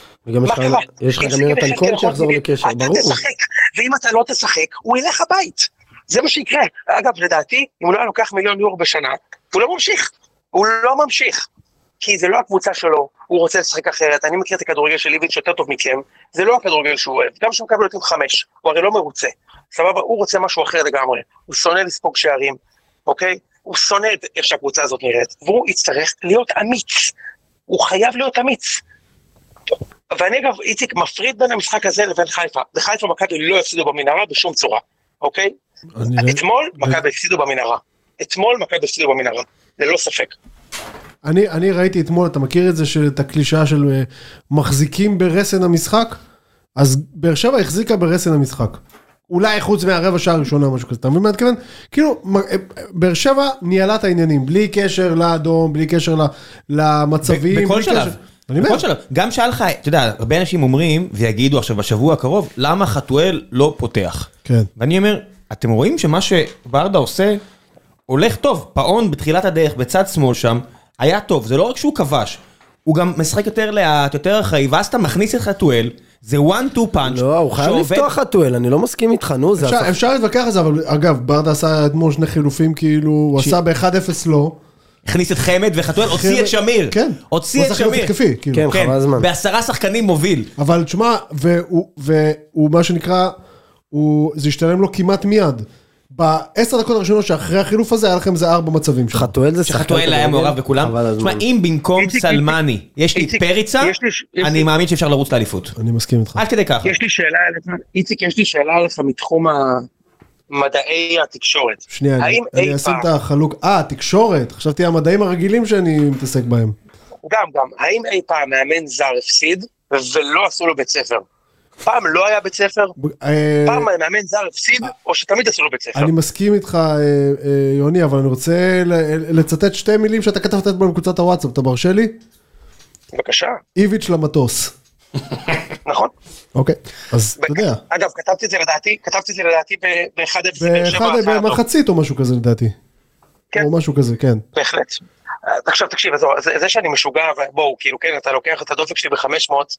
יש לך גם יונתן כהן שיחזור לקשר, ברור. אתה תשחק, ואם אתה לא תשחק, הוא ילך הבית. זה מה שיקרה. אגב, לדעתי, אם הוא לא לוקח מיליון יורו בשנה, הוא לא ממשיך. הוא לא ממשיך. כי זה לא הקבוצה שלו, הוא רוצה לשחק אחרת. אני מכיר את הכדורגל של איביץ' יותר טוב מכם, זה לא הכדורגל שהוא אוהב. גם שהוא מקבל אותם חמש, הוא הרי לא מרוצה. סבבה, הוא רוצה משהו אחר לגמרי. הוא שונא לספוג שערים, אוקיי? הוא שונא את איך שהקבוצה הזאת נראית, והוא יצטרך להיות אמיץ. הוא חייב להיות אמיץ. ואני אגב, איציק, מפריד בין המשחק הזה לבין חיפה. בחיפה מכבי לא הפסידו במנהרה בשום צורה, אוקיי? אתמול מכבי הפסידו במנהרה. אתמול מכבי הפסידו במנהרה, ללא ספק. אני, אני ראיתי אתמול, אתה מכיר את זה, את הקלישה של מחזיקים ברסן המשחק? אז באר שבע החזיקה ברסן המשחק. אולי חוץ מהרבע שעה הראשונה, משהו כזה. אתה מבין מה אתכוון? כאילו, באר שבע ניהלה את העניינים, בלי קשר לאדום, בלי קשר למצבים. בכל שלב. בכל שלב. גם שאל לך, אתה יודע, הרבה אנשים אומרים, ויגידו עכשיו בשבוע הקרוב, למה חתואל לא פותח? כן. ואני אומר, אתם רואים שמה שברדה עושה, הולך טוב. פאון בתחילת הדרך, בצד שמאל שם, היה טוב. זה לא רק שהוא כבש, הוא גם משחק יותר לאט, יותר אחראי, ואז אתה מכניס את חתואל, זה one two punch. לא, הוא חייב לפתוח חתואל, אני לא מסכים איתך, נו. אפשר להתווכח על זה, אבל אגב, ברדה עשה אתמול שני חילופים, כאילו, הוא עשה ב-אחד אפס לא. הכניס את חמד וחתואל, הוציא את שמיר. כן. הוציא את שמיר. כן, חבל הזמן. בעשרה שחקנים מוביל. אבל תשמע, והוא מה שנקרא, זה השתלם לו כמעט מיד. בעשר דקות הראשונות שאחרי החילוף הזה, היה לכם זה ארבע מצבים. חתואל זה שחקן. שחתואל היה מעורב בכולם. תשמע, אם במקום סלמני, יש לי פריצה, אני מאמין שאפשר לרוץ לאליפות. אני מסכים איתך. עד כדי ככה. יש לי שאלה, איציק, יש לי שאלה עליך מתחום מדעי התקשורת. שנייה, אני אשים את החלוק. אה, תקשורת. חשבתי המדעים הרגילים שאני מתעסק בהם. גם, גם. האם אי פעם מאמן זר הפסיד, ולא עשו לו בית ספר? פעם לא היה בית ספר, פעם מאמן זר הפסיד, או שתמיד עשו לו בית ספר. אני מסכים איתך, יוני, אבל אני רוצה לצטט שתי מילים שאתה כתבת את בהם בקבוצת הוואטסאפ, אתה מרשה לי? בבקשה. איביץ' למטוס. נכון. אוקיי, אז אתה יודע. אגב, כתבתי את זה לדעתי, כתבתי את זה לדעתי ב-אחד אפס. במחצית או משהו כזה לדעתי. כן. או משהו כזה, כן. בהחלט. עכשיו תקשיב, זה שאני משוגע, בואו, כאילו, כן, אתה לוקח את הדופק שלי ב-חמש מאות,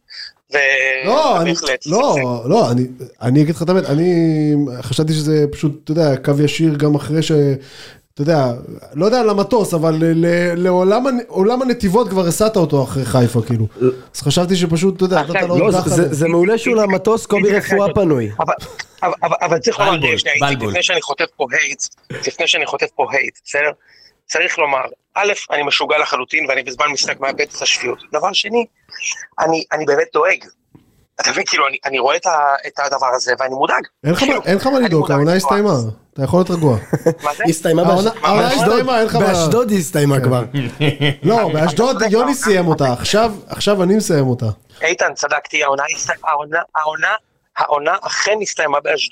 ובהחלט. לא, לא, אני אגיד לך תמיד, אני חשבתי שזה פשוט, אתה יודע, קו ישיר גם אחרי ש... אתה יודע, לא יודע למטוס, אבל לעולם הנתיבות כבר הסעת אותו אחרי חיפה, כאילו. אז חשבתי שפשוט, אתה יודע, זה מעולה שהוא למטוס, קובי רפואה פנוי. אבל צריך לומר, לפני שאני חוטף פה הייט, לפני שאני חוטף פה הייט, בסדר? צריך לומר, א', אני משוגע לחלוטין, ואני בזמן משחק מאבד את השפיות. דבר שני, אני, אני באמת דואג. אתה מבין, כאילו, אני, אני רואה את, ה, את הדבר הזה, ואני מודאג. אין לך מה לדאוג, העונה הסתיימה. אתה יכול להיות רגוע. מה זה? הסתיימה באשדוד, היא הסתיימה כבר. לא, באשדוד יוני סיים אותה, עכשיו אני מסיים אותה. איתן, צדקתי, העונה, העונה, העונה, העונה אכן הסתיימה באשדוד.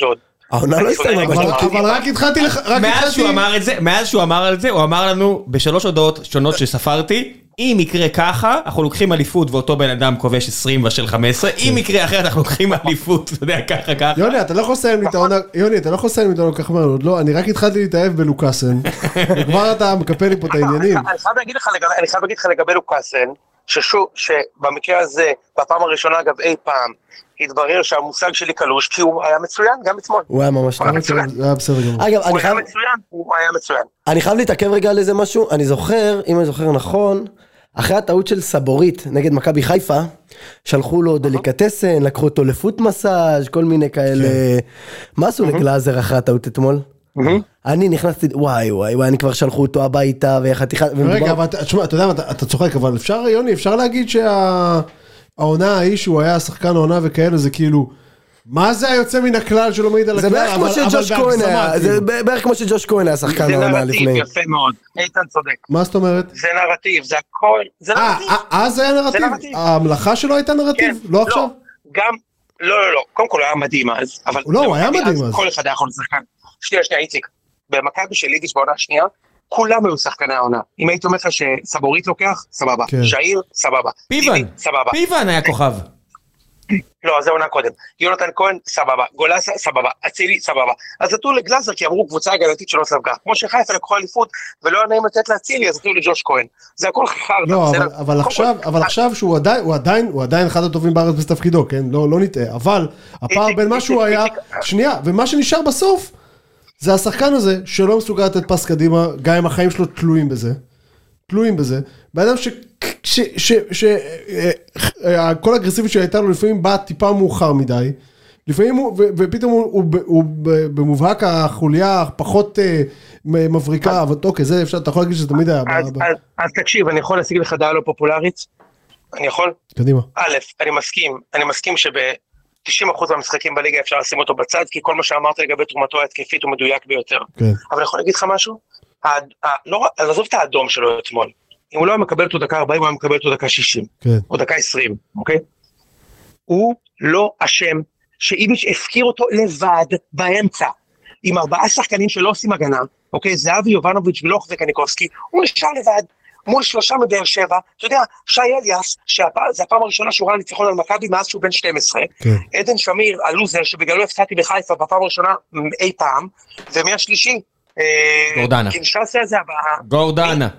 העונה לא הסתיימה. אבל רק התחלתי לך... מאז שהוא אמר את זה, מאז שהוא אמר את זה, הוא אמר לנו בשלוש הודעות שונות שספרתי, אם יקרה ככה, אנחנו לוקחים אליפות ואותו בן אדם כובש עשרים ושל חמש עשרה, אם יקרה אחרת אנחנו לוקחים אליפות, אתה יודע, ככה ככה. יוני, אתה לא יכול לסיים לי את העונה, יוני, אתה לא יכול לסיים לי את העונה כך מהר, לא, אני רק התחלתי להתאהב בלוקאסן, וכבר אתה מקפל לי פה את העניינים. אני חייב להגיד לך לגבי לוקאסן, שבמקרה הזה, בפעם הראשונה אגב אי פעם, התברר שהמושג שלי קלוש, כי הוא היה מצוין, גם אתמול. הוא היה ממש מצוין. הוא היה בסדר גמור. אגב, הוא היה מצוין, הוא היה מצוין. אני חייב להתעכב רגע על איזה משהו, אני זוכר, אם אני זוכר נכון, אחרי הטעות של סבורית נגד מכבי חיפה, שלחו לו דליקטסן, לקחו אותו לפוט מסאז', כל מיני כאלה. מה עשו לגלאזר אחרי הטעות אתמול? אני נכנסתי, וואי וואי וואי, אני כבר שלחו אותו הביתה, וחתיכה... רגע, אבל תשמע, אתה יודע, אתה צוחק, אבל אפשר, יוני, אפשר להגיד שהעונה ההיא שהוא היה שחקן העונה וכאלה, זה כאילו, מה זה היוצא מן הכלל שלא מעיד על הכלל? זה בערך כמו שג'וש כהן היה, זה בערך כמו שג'וש כהן היה שחקן העונה לפני. זה נרטיב יפה מאוד, איתן צודק. מה זאת אומרת? זה נרטיב, זה הכל, זה נרטיב. אה, זה היה נרטיב? ההמלכה שלו הייתה נרטיב? לא עכשיו? גם, לא, לא, לא, קודם כל הוא היה מדהים אז, אבל... לא, הוא היה מדהים אז. כל אחד היה יכול לשחקן. שנייה, שנייה, איציק. במכבי של לידיש בעונה השנייה, כולם היו שחקני העונה. אם הייתי אומר לך שסבורית לוקח, סבבה. שעיר, סבבה. פיוון, פיוון היה כוכב. לא, זה עונה קודם. יונתן כהן, סבבה. גולסה, סבבה. אצילי, סבבה. אז נתנו לגלאזר, כי אמרו קבוצה הגנתית שלא ספגה. כמו שחיפה לקחו אליפות, ולא נעים לתת לאצילי, אז נתנו לג'וש כהן. זה הכל חרטה. לא, אבל עכשיו, אבל עכשיו שהוא עדיין, הוא עדיין, הוא עדיין אחד הטובים בארץ בתפקידו, כן? לא, לא נטעה. אבל הפער בין מה שהוא היה, שנייה, ומה שנשאר בסוף, זה השחקן הזה שלא מסוגל לתת פס קדימה, גם אם החיים שלו תלויים בזה, תלויים בזה, באדם ש... ש... ש... ש... כל אגרסיבית שהייתה לו לפעמים באה טיפה מאוחר מדי, לפעמים הוא, ו... ופתאום הוא, הוא, הוא במובהק החוליה פחות מבריקה, אבל אוקיי, זה אפשר, אתה יכול להגיד שזה תמיד היה... אז, אז, אז תקשיב, אני יכול להשיג לך דעה לא פופולרית? אני יכול? קדימה. א', אני מסכים, אני מסכים שב... תשעים אחוז מהמשחקים בליגה אפשר לשים אותו בצד, כי כל מה שאמרת לגבי תרומתו ההתקפית הוא מדויק ביותר. כן. אבל אני יכול להגיד לך משהו? הד... ה... לא... אז עזוב את האדום שלו אתמול. אם הוא לא מקבל אותו דקה ארבעים, הוא היה מקבל אותו דקה שישים. כן. או דקה עשרים, אוקיי? הוא לא אשם שאיביץ' הפקיר אותו לבד באמצע. עם ארבעה שחקנים שלא עושים הגנה, אוקיי? זהבי, יובנוביץ' ולוך וקניקובסקי, הוא נשאר לבד. מול שלושה מבאר שבע, אתה יודע, שי אליאס, שזה הפעם הראשונה שהוא ראה ניצחון על מכבי מאז שהוא בן שתים עשרה, כן. עדן שמיר, הלוזר, שבגללו הפסדתי בחיפה בפעם הראשונה אי פעם, ומי השלישי? גורדנה. קינשאסה הזה הבאה. גורדנה.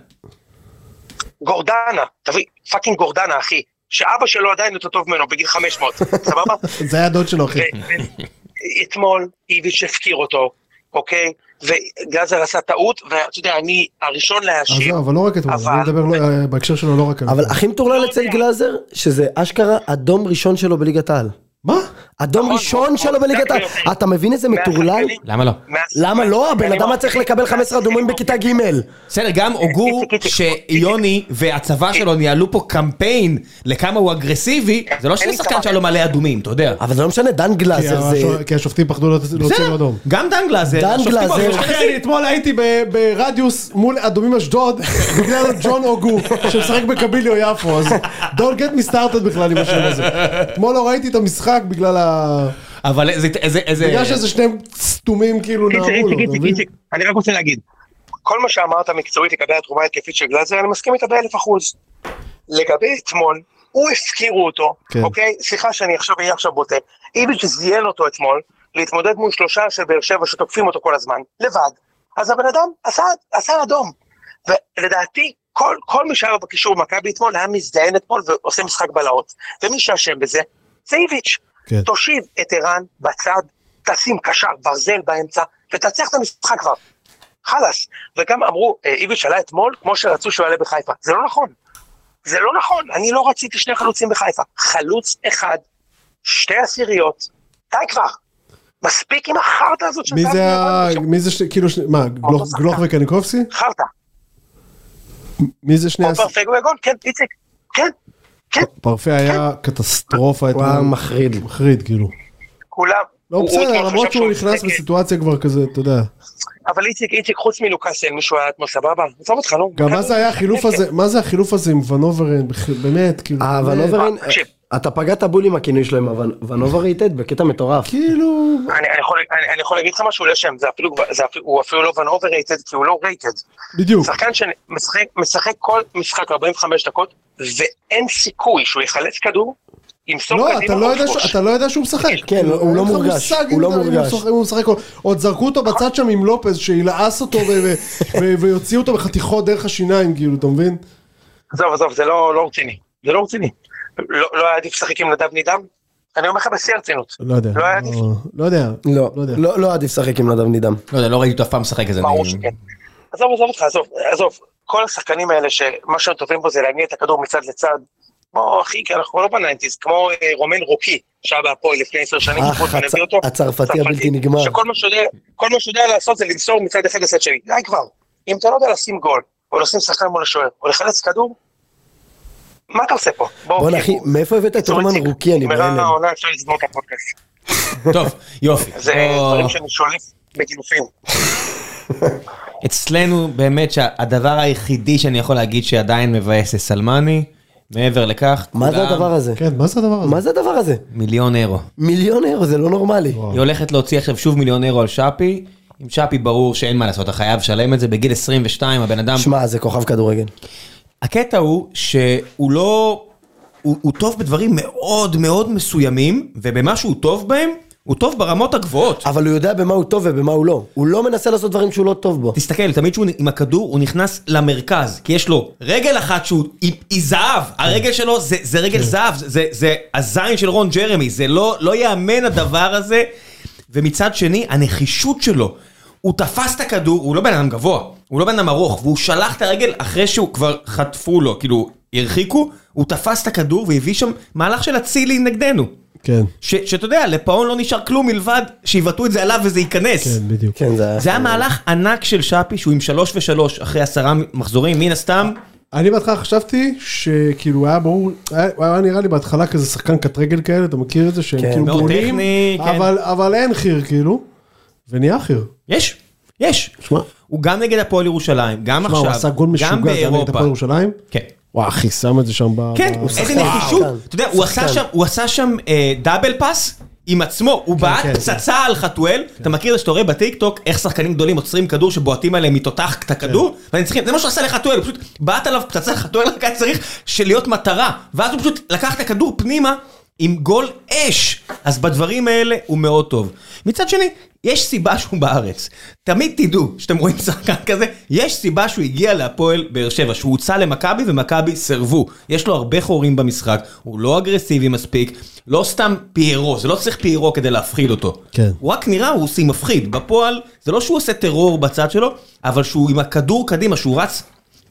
גורדנה, תביא, פאקינג גורדנה, אחי, שאבא שלו עדיין יותר טוב ממנו, בגיל חמש מאות, סבבה? זה היה דוד שלו, אחי. אתמול, איביץ' הפקיר אותו, אוקיי? וגלאזר עשה טעות, ואתה יודע, אני הראשון להאשים. אבל לא רק אתמול, אני מדבר בהקשר שלו לא רק... אבל הכי מטורלל אצל גלאזר, שזה אשכרה אדום ראשון שלו בליגת העל. מה? אדום ראשון שלו בליגת העל. אתה מבין איזה מטורלל? למה לא? למה לא? הבן אדם צריך לקבל חמש עשרה אדומים בכיתה ג'. בסדר, גם הוגו שיוני והצבא שלו ניהלו פה קמפיין לכמה הוא אגרסיבי, זה לא ששחקן שלו מלא אדומים, אתה יודע. אבל זה לא משנה, דן גלאזר זה... כי השופטים פחדו להוציא לו אדום. גם דן גלאזר. דן גלאזר. אני אתמול הייתי ברדיוס מול אדומים אשדוד, בגלל ג'ון הוגו, שמשחק בקביליו יפו, אז don't get me started בכלל עם השם הזה. אתמול לא ראיתי את המשחק בגלל ה... אבל איזה... בגלל שזה שני סתומים כאילו נערו לו. אני רק רוצה להגיד, כל מה שאמרת מקצועית לגבי התרומה ההתקפית של גלאזר, אני מסכים איתה באלף אחוז. לגבי אתמול, הוא הפקירו אותו, אוקיי? סליחה שאני עכשיו אהיה עכשיו בוטה. איביץ' זיין אותו אתמול, להתמודד מול שלושה של באר שבע שתוקפים אותו כל הזמן, לבד. אז הבן אדם עשה אדום. ולדעתי, כל, כל מי שהיה בקישור במכבי אתמול היה מזדיין אתמול ועושה משחק בלהות. ומי שאשם בזה, זה איביץ'. כן. תושיב את ערן בצד, תשים קשר ברזל באמצע, ותצליח את המשחק כבר. חלס. וגם אמרו, איביץ' עלה אתמול, כמו שרצו שהוא יעלה בחיפה. זה לא נכון. זה לא נכון. אני לא רציתי שני חלוצים בחיפה. חלוץ אחד, שתי עשיריות, די כבר. מספיק עם החרטה הזאת של... מי זה, מי זה, כאילו, מה, גלוך וקניקובסקי? חרטה. מי זה שני... אופר פגו-יגון, כן, איציק, כן. פרפה היה קטסטרופה. הוא היה מחריד. מחריד, כאילו. כולם. לא בסדר, למרות שהוא נכנס בסיטואציה כבר כזה, אתה יודע. אבל איציק, איציק, חוץ מלוקאסן, מישהו היה אתמול סבבה? עזוב אותך, נו. גם מה זה היה החילוף הזה, מה זה החילוף הזה עם ונוברן, באמת, כאילו. אה, ונוברן, אתה פגעת בול עם הכינוי שלו עם ונוברייטד בקטע מטורף. כאילו... אני יכול להגיד לך משהו לשם, הוא אפילו לא ונוברייטד, כי הוא לא רייטד. בדיוק. שחקן שמשחק כל משחק ארבעים וחמש דקות, ואין סיכוי שהוא יחלץ כדור, לא, אתה לא יודע שהוא משחק. כן, הוא לא מורגש. הוא לא מורגש. הוא משחק, עוד זרקו אותו בצד שם עם לופז, שילעס אותו ויוציאו אותו בחתיכות דרך השיניים, כאילו, אתה מבין? עזוב, עזוב, זה לא רציני. זה לא רציני. לא היה עדיף לשחק עם נדב נידם? אני אומר לך בשיא הרצינות. לא יודע. לא היה עדיף? לא יודע. לא, לא עדיף לשחק עם נדב נידם. לא יודע, לא ראיתי אותו אף פעם משחק כזה. ברור שכן. עזוב, עזוב אותך, עזוב, עזוב. כל השחקנים האלה שמה שהם טובים בו זה להניע את הכדור מצד לצד. כמו אחי, כי אנחנו לא בניינטיז, כמו רומן רוקי, שהיה בהפועל לפני עשר שנים, הצרפתי הבלתי נגמר. שכל מה שיודע לעשות זה למסור מצד אחד לצד שני. די כבר. אם אתה לא יודע לשים גול, או לשים שחקן מול השוער, או לחלץ כדור, מה אתה עושה פה? בוא אחי, מאיפה הבאת את רומן רוקי? אני בהלם. מראה העונה אפשר לסגור את הפודקאסט. טוב, יופי. זה דברים שאני שולף בגילופים. אצלנו באמת שהדבר היחידי שאני יכול להגיד שעדיין מבאס זה סלמני, מעבר לכך, מה זה הדבר הזה? כן, מה זה הדבר הזה? מה זה הדבר הזה? מיליון אירו. מיליון אירו, זה לא נורמלי. היא הולכת להוציא עכשיו שוב מיליון אירו על שפי, עם שפי ברור שאין מה לעשות, אתה חייב לשלם את זה, בגיל עשרים ושתיים הבן אדם... שמע, זה כוכב כדורגל. הקטע הוא שהוא לא... הוא, הוא טוב בדברים מאוד מאוד מסוימים, ובמה שהוא טוב בהם, הוא טוב ברמות הגבוהות. אבל הוא יודע במה הוא טוב ובמה הוא לא. הוא לא מנסה לעשות דברים שהוא לא טוב בו. תסתכל, תמיד שהוא עם הכדור, הוא נכנס למרכז, כי יש לו רגל אחת שהוא, היא, היא זהב, הרגל שלו זה, זה רגל זהב, זה, זה הזין של רון ג'רמי, זה לא, לא יאמן הדבר הזה, ומצד שני, הנחישות שלו, הוא תפס את הכדור, הוא לא בן אדם גבוה, הוא לא בן אדם ארוך, והוא שלח את הרגל אחרי שהוא כבר חטפו לו, כאילו, הרחיקו, הוא תפס את הכדור והביא שם מהלך של הצילי נגדנו. כן. שאתה יודע, לפאון לא נשאר כלום מלבד שיבטאו את זה עליו וזה ייכנס. כן, בדיוק. כן, זה, זה היה מהלך ענק של שפי, שהוא עם שלוש ושלוש אחרי עשרה מחזורים, מן הסתם. אני בהתחלה חשבתי שכאילו היה ברור, היה נראה לי בהתחלה כזה שחקן קט רגל כאלה, אתה מכיר את זה שהם כאילו בונים, אבל אין חיר כאילו, ונהיה חיר. יש, יש. הוא גם נגד הפועל ירושלים, גם עכשיו, הוא עשה גול משוגע, זה נגד הפועל ירושלים? כן. וואו, אחי, שם את זה שם ב... כן, איזה נחישות. אתה יודע, הוא עשה שם דאבל פאס עם עצמו, הוא בעט פצצה על חתואל, אתה מכיר את שאתה רואה בטיק-טוק, איך שחקנים גדולים עוצרים כדור שבועטים עליהם מתותח את הכדור, ואני צריכים, זה מה שהוא עשה לחתואל, הוא פשוט בעט עליו פצצה, חתואל רק היה צריך להיות מטרה, ואז הוא פשוט לקח את הכדור פנימה עם גול אש, אז בדברים האלה הוא מאוד טוב. מצד שני, יש סיבה שהוא בארץ. תמיד תדעו, שאתם רואים שחקן כזה, יש סיבה שהוא הגיע להפועל באר שבע, שהוא הוצא למכבי ומכבי סרבו. יש לו הרבה חורים במשחק, הוא לא אגרסיבי מספיק, לא סתם פיירו, זה לא צריך פיירו כדי להפחיד אותו. כן. הוא רק נראה, הוא עושה מפחיד. בפועל, זה לא שהוא עושה טרור בצד שלו, אבל שהוא עם הכדור קדימה, שהוא רץ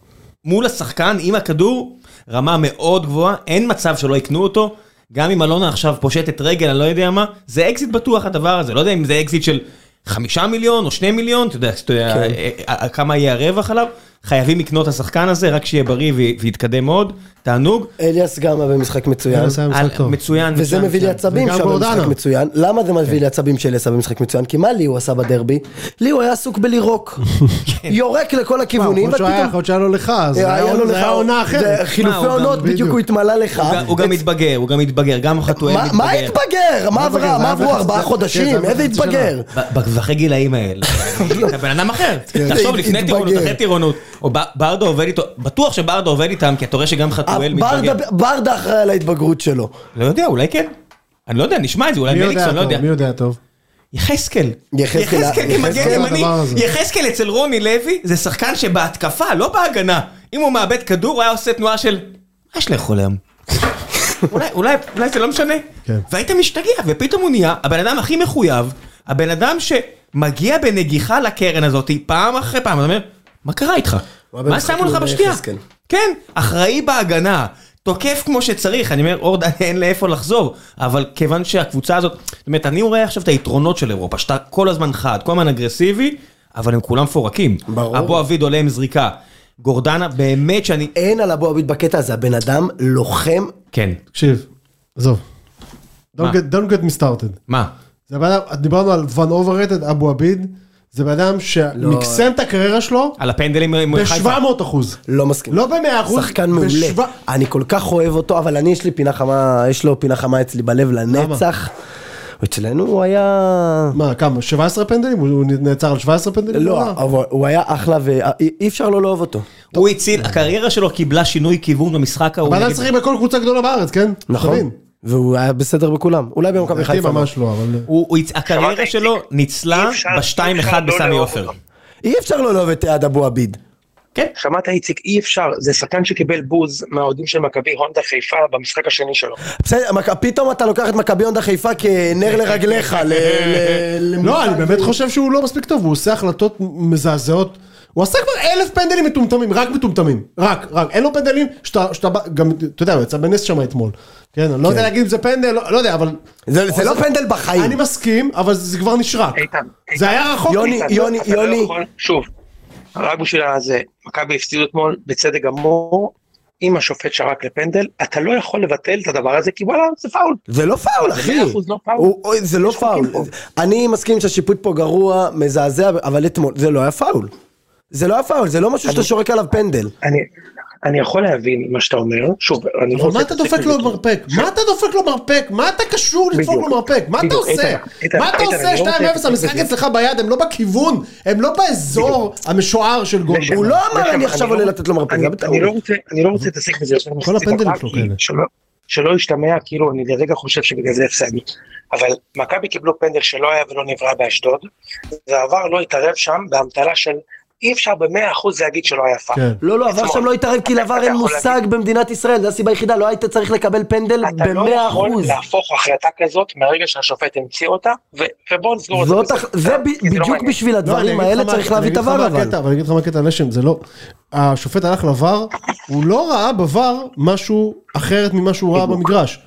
מול השחקן עם הכדור, רמה מאוד גבוהה, אין מצב שלא יקנו אותו, גם אם אלונה עכשיו פושטת רגל, אני לא יודע מה, זה אקזיט בטוח הדבר הזה, לא יודע אם זה אקזיט של חמישה מיליון או שני מיליון, אתה יודע, אתה יודע כן. כמה יהיה הרווח עליו, חייבים לקנות את השחקן הזה, רק שיהיה בריא ויתקדם מאוד, תענוג. אליאס גם היה במשחק מצוין. מצוין. וזה מביא לי עצבים שם במשחק מצוין. למה זה מביא לי עצבים של אליאס במשחק מצוין? כי מה לי הוא עשה בדרבי? לי הוא היה עסוק בלירוק. יורק לכל הכיוונים. יכול שהיה לו לך, זה היה עונה אחרת. חילופי עונות, בדיוק הוא התמלא לך. הוא גם מתבגר, הוא גם מתבגר, גם חתואל מתבגר. מה התבגר? מה עברו ארבעה חודשים? איזה התבגר? בגבחי גילאים האלה. אתה בן אדם אחר. תחשוב, לפני טירונות, אחרי טירונות. או ברדה עובד איתו, בטוח שברדה עובד איתם, כי אתה רואה שגם חתואל מתבגר. ברדה אחראי על ההתבגרות שלו. לא יודע, אולי כן. אני לא יודע, נשמע את זה, אולי מליקסון, לא יודע. מי יודע טוב? יחזקאל. יחזקאל כמגן ימני. יחזקאל אצל רוני לוי, זה שחקן שבהתקפה, לא בהגנה. אם הוא מאבד כדור, הוא היה עושה תנועה של, מה יש לאכול היום? אולי זה לא משנה. והיית משתגע, ופתאום הוא נהיה, הבן אדם הכי מחויב, הבן אדם שמגיע בנגיחה לקרן הזאת, פעם אחרי פעם, אתה אומר, מה קרה איתך? מה שמו לך בשתייה? כן, אחראי בהגנה, תוקף כמו שצריך, אני אומר, אורד, אין לאיפה לחזור, אבל כיוון שהקבוצה הזאת, זאת אומרת, אני רואה עכשיו את היתרונות של אירופה, שאתה כל הזמן חד, כל הזמן אגרסיבי, אבל הם כולם פורקים. אבו אביד עולה עם זריקה, גורדנה, באמת שאני... אין על אבו אביד בקטע הזה, הבן אדם לוחם. כן. תקשיב, עזוב. Don't get me started. מה? דיברנו על one overrated, אבו אביד, זה באדם שמקסם את הקריירה שלו, על הפנדלים ב-שבע מאות אחוז. לא מסכים. לא ב-מאה אחוז. שחקן מעולה. אני כל כך אוהב אותו, אבל אני יש לי פינה חמה, יש לו פינה חמה אצלי בלב לנצח. אצלנו הוא היה... מה, כמה? שבע עשרה פנדלים? הוא נעצר על שבע עשרה פנדלים? לא, אבל הוא היה אחלה ואי אפשר לא לאהוב אותו. הוא הציל, הקריירה שלו קיבלה שינוי כיוון במשחק ההוא. אבל היה שחק בכל קבוצה גדולה בארץ, כן? נכון. והוא היה בסדר בכולם. אולי במכבי חיפה. ממש לא, אבל... הקריירה שלו ניצלה ב-שתיים אחד בסמי עופר. אי אפשר לא לאהוב את אוהד אבו עביד. כן. שמעת איציק, אי אפשר, זה שחקן שקיבל בוז מהאוהדים של מכבי הונדה חיפה במשחק השני שלו. בסדר, פתאום אתה לוקח את מכבי הונדה חיפה כנר לרגליך. לא, אני באמת חושב שהוא לא מספיק טוב, הוא עושה החלטות מזעזעות. הוא עשה כבר אלף פנדלים מטומטמים, רק מטומטמים, רק, רק, אין לו פנדלים שאתה, שאתה, גם, אתה יודע, הוא יצא בנס שם אתמול, כן, אני לא יודע להגיד אם זה פנדל, לא יודע, אבל... זה לא פנדל בחיים. אני מסכים, אבל זה כבר נשרק. זה היה רחוק. יוני, יוני, יוני. שוב, רק בשביל הזה, מכבי הפסידו אתמול בצדק גמור, אם השופט שרק לפנדל, אתה לא יכול לבטל את הדבר הזה, כי וואלה, זה פאול. זה לא פאול, אחי. זה לא פאול. אני מסכים שהשיפוט פה גרוע, מזעזע, אבל אתמול, זה לא היה פאול. זה לא היה פאול, זה לא משהו שאתה שורק עליו פנדל. אני, אני יכול להבין מה שאתה אומר, שוב, אני לא... אבל מה אתה דופק לו מרפק? מה אתה דופק לו מרפק? מה אתה קשור לדפוק לו מרפק? מה אתה עושה? מה אתה עושה? שתיים אפס, המשחק אצלך ביד, הם לא בכיוון, הם לא באזור המשוער של גול. הוא לא אמר אני עכשיו עולה לתת לו מרפק. אני לא רוצה להתעסק בזה. כל הפנדלים שלו כאלה. שלא ישתמע, כאילו אני לרגע חושב שבגלל זה הפסדנו. אבל מכבי קיבלו פנדל שלא היה ולא נברא באשדוד, ועבר לא התערב שם באמתלה של אי אפשר במאה אחוז להגיד שלא היה פעם. לא, לא, עבר שם לא התערב, כי לעבר אין מושג במדינת ישראל, זו הסיבה היחידה, לא היית צריך לקבל פנדל במאה אחוז. אתה לא יכול להפוך החלטה כזאת מהרגע שהשופט המציא אותה, ובואו נסגור את זה. זה בדיוק בשביל הדברים האלה צריך להביא את עבר, אבל. אבל אני אגיד לך מה קטע לשם, זה לא... השופט הלך לעבר, הוא לא ראה בעבר משהו אחרת ממה שהוא ראה במגרש.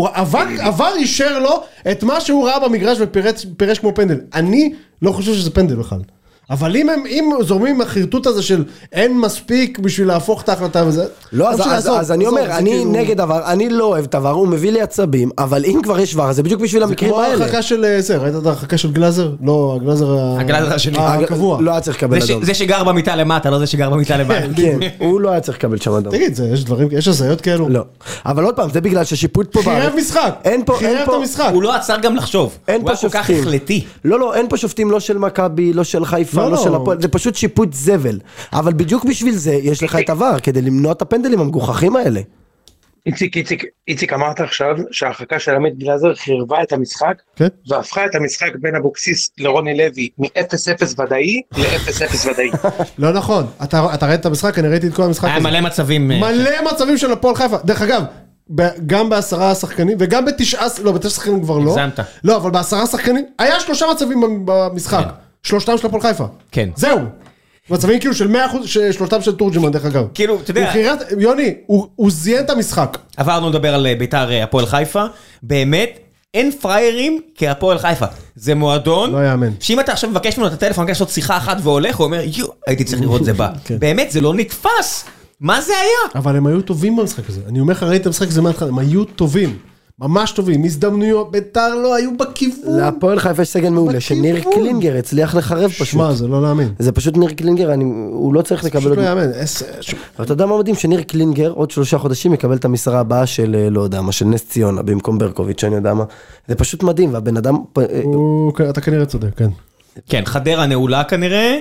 עבר אישר לו את מה שהוא ראה במגרש ופירש כמו פנדל. אני לא חושב שזה פנדל בכלל. אבל אם הם, אם זורמים החרטוט הזה של אין מספיק בשביל להפוך את ההחלטה וזה... לא, אז, אז, אז אני אומר, אני כאילו... נגד עבר, אני לא אוהב את עבר, הוא מביא לי עצבים, אבל אם כבר יש עבר, זה בדיוק בשביל המקרים האלה. זה כמו ההרחקה של זה, ראית את ההרחקה של גלאזר? לא, הגלאזר הגלאזר השני. הקבוע. לא היה צריך לקבל אדום. זה שגר במיטה למטה, לא זה שגר במיטה למטה. כן, הוא לא היה צריך לקבל שם אדום. תגיד, יש דברים, יש הזיות כאלו? לא. אבל עוד פעם, זה בגלל ששיפוט פה... חירב משחק. אין פה, אין פה... הוא לא עצר גם לחשוב. הוא היה כל כך החלטי. לא, לא, אין פה שופטים לא של מכבי, לא של חיפה, לא של הפועל. זה פשוט שיפוט זבל. אבל בדיוק בשביל זה יש לך את עבר, כדי למנוע את הפנדלים המגוחכים האלה. איציק, איציק, איציק, אמרת עכשיו שההרחקה של עמית גלאזר חירבה את המשחק, והפכה את המשחק בין אבוקסיס לרוני לוי מ-אפס אפס ודאי ל-אפס אפס ודאי. לא נכון. אתה ראית את המשחק? אני ראיתי את כל המשחק. היה מלא מצבים. מלא מצבים של הפועל חיפה. דרך אגב, גם בעשרה שחקנים, וגם בתשעה, לא, בתשעה שחקנים כבר לא. הגזמת. לא, אבל בעשרה שחקנים, היה שלושה מצבים במשחק. שלושתם של הפועל חיפה. כן. זהו. מצבים כאילו של מאה אחוז, שלושתם של תורג'מן, דרך אגב. כאילו, אתה יודע... יוני, הוא זיין את המשחק. עברנו לדבר על ביתר הפועל חיפה. באמת, אין פריירים כהפועל חיפה. זה מועדון. לא יאמן. שאם אתה עכשיו מבקש ממנו את הטלפון, מבקש לעשות שיחה אחת והולך, הוא אומר, יו, הייתי צריך לראות זה בא. באמת, זה לא נתפס. מה זה היה? אבל הם היו טובים במשחק הזה. אני אומר לך, ראיתי את המשחק הזה מהתחלה, הם היו טובים. ממש טובים, הזדמנויות, ביתר לא היו בכיוון. להפועל חיפה יש סגל מעולה, שניר קלינגר הצליח לחרב פשוט. שמע, זה לא להאמין. זה פשוט ניר קלינגר, הוא לא צריך לקבל... פשוט לא יאמן. אתה יודע מה מדהים? שניר קלינגר עוד שלושה חודשים יקבל את המשרה הבאה של, לא יודע מה, של נס ציונה, במקום ברקוביץ', אני יודע מה. זה פשוט מדהים, והבן אדם... אתה כנראה צודק, כן. כן, חדרה נעולה כנראה,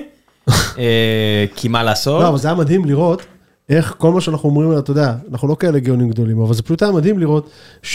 כי מה לעשות? לא, אבל זה היה מדהים לראות איך כל מה שאנחנו אומרים, אתה יודע, אנחנו לא כאלה גאונים גדולים, אבל זה פשוט היה מדהים לראות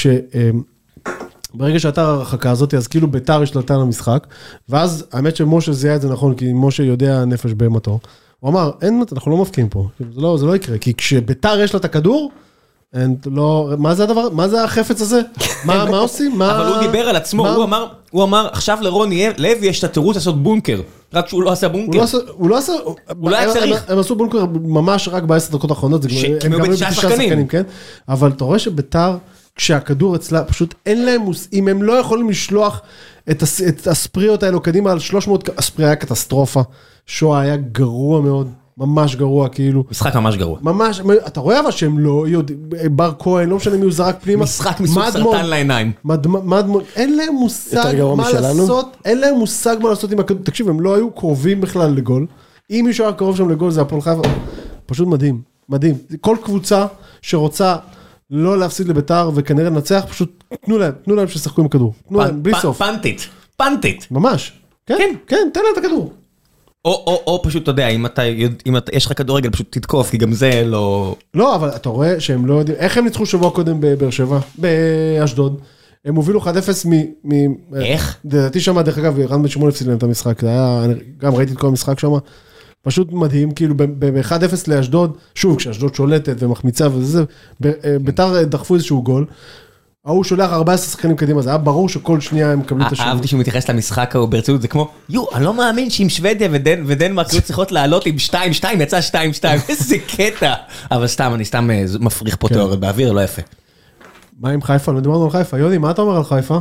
שברגע שהייתה הרחקה הזאת, אז כאילו ביתר השתלטה על המשחק, ואז האמת שמשה זיהה את זה נכון, כי משה יודע נפש בהמתו, הוא אמר, אין, אנחנו לא מפקיעים פה, זה לא, זה לא יקרה, כי כשביתר יש לה את הכדור, לא, מה זה הדבר, מה זה החפץ הזה? מה, מה עושים? אבל הוא דיבר על עצמו, הוא אמר, הוא אמר, עכשיו לרוני לוי יש את התירוץ לעשות בונקר, רק שהוא לא עשה בונקר. הוא לא עשה, הוא לא היה צריך. הם עשו בונקר ממש רק בעשר דקות האחרונות, הם גם בתשעה שחקנים. אבל אתה רואה שביתר, כשהכדור אצלה, פשוט אין להם, אם הם לא יכולים לשלוח את הספריות האלו קדימה על שלוש מאות, הספריה היה קטסטרופה, שואה היה גרוע מאוד. ממש גרוע, כאילו. משחק ממש גרוע. ממש, אתה רואה אבל שהם לא יודעים, בר כהן, לא משנה מי הוא זרק פנימה. משחק מסוג סרטן לעיניים. מדמון, אין להם מושג מה לעשות, אין להם מושג מה לעשות עם הכדור. תקשיב, הם לא היו קרובים בכלל לגול. אם מישהו היה קרוב שם לגול, זה הפועל חיפה. פשוט מדהים, מדהים. כל קבוצה שרוצה לא להפסיד לביתר וכנראה לנצח, פשוט תנו להם, תנו להם ששחקו עם הכדור. תנו להם, בלי סוף. פנטית, פנטית. ממש. כן, כן, תן להם את הכדור. או, או, או פשוט, אתה יודע, אם אתה, אם אתה, יש לך כדורגל, פשוט תתקוף, כי גם זה לא... לא, אבל אתה רואה שהם לא יודעים, איך הם ניצחו שבוע קודם בבאר שבע, באשדוד, הם הובילו אחד אפס מ... מ איך? דעתי שמה, דרך אגב, רן בן שמעון הפסיד להם את המשחק, זה היה, גם ראיתי את כל המשחק שמה, פשוט מדהים, כאילו, ב-אחד אפס לאשדוד, שוב, כשאשדוד שולטת ומחמיצה וזה, ביתר דחפו איזשהו גול, הוא שולח ארבעה עשר שחקנים קדימה, זה היה ברור שכל שנייה הם מקבלים את השני. אהבתי שהוא מתייחס למשחק ההוא ברצינות, זה כמו, יו, אני לא מאמין שעם שוודיה ודנמרק היו צריכות לעלות עם שתיים שתיים, יצא שתיים שתיים, איזה קטע. אבל סתם, אני סתם מפריך פה תיאוריות באוויר, לא יפה. מה עם חיפה? לא דיברנו על חיפה. יוני, מה אתה אומר על חיפה?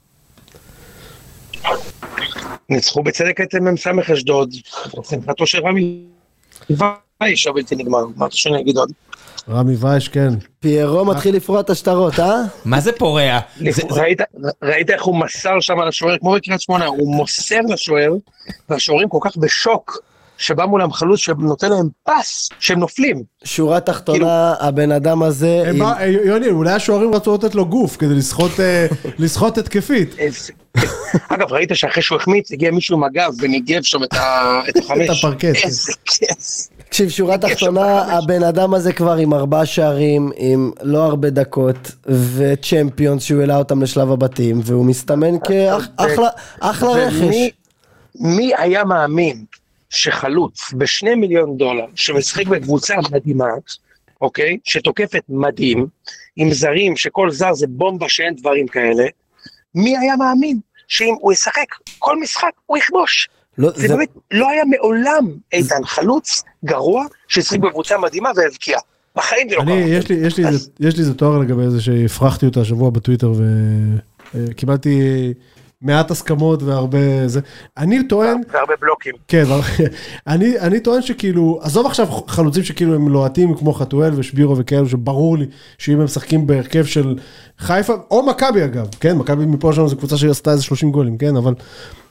ניצחו בצדק את ממסמך אשדוד, שמחתו של רמי וייש הבלתי נגמר, מה אתה שאני אגיד עוד? רמי וייש, כן. פיירו מתחיל לפרוע את השטרות, אה? מה זה פורע? ראית איך הוא מסר שם על השוער, כמו בקריית שמונה, הוא מוסר לשוער, והשוערים כל כך בשוק, שבא מולם חלוץ שנותן להם פס, שהם נופלים. שורה תחתונה, הבן אדם הזה... יוני, אולי השוערים רצו לתת לו גוף, כדי לשחות התקפית. אגב, ראית שאחרי שהוא החמיץ, הגיע מישהו עם הגב, וניגב שם את החמש. את הפרקט. איזה כיף. תקשיב, שורה תחתונה, הבן אדם הזה כבר עם ארבעה שערים, עם לא הרבה דקות, וצ'מפיונס שהוא העלה אותם לשלב הבתים, והוא מסתמן כאחלה רכש. מי היה מאמין שחלוץ בשני מיליון דולר, שמשחק בקבוצה מדהימה, אוקיי, שתוקפת מדהים, עם זרים, שכל זר זה בומבה שאין דברים כאלה, מי היה מאמין שאם הוא ישחק כל משחק, הוא יכבוש? לא, זה, זה באמת לא היה מעולם איתן חלוץ גרוע ששחק בקבוצה מדהימה והבקיע. בחיים זה לא קרה. יש לי, יש לי, אז... יש לי איזה תואר לגבי זה שהפרחתי אותה השבוע בטוויטר וקיבלתי מעט הסכמות והרבה זה. אני טוען... והרבה בלוקים. כן, אני, אני טוען שכאילו, עזוב עכשיו חלוצים שכאילו הם לוהטים כמו חתואל ושבירו וכאלו, שברור לי שאם הם משחקים בהרכב של חיפה, או מכבי אגב, כן, מכבי מפה שלנו זו קבוצה שעשתה איזה שלושים גולים, כן, אבל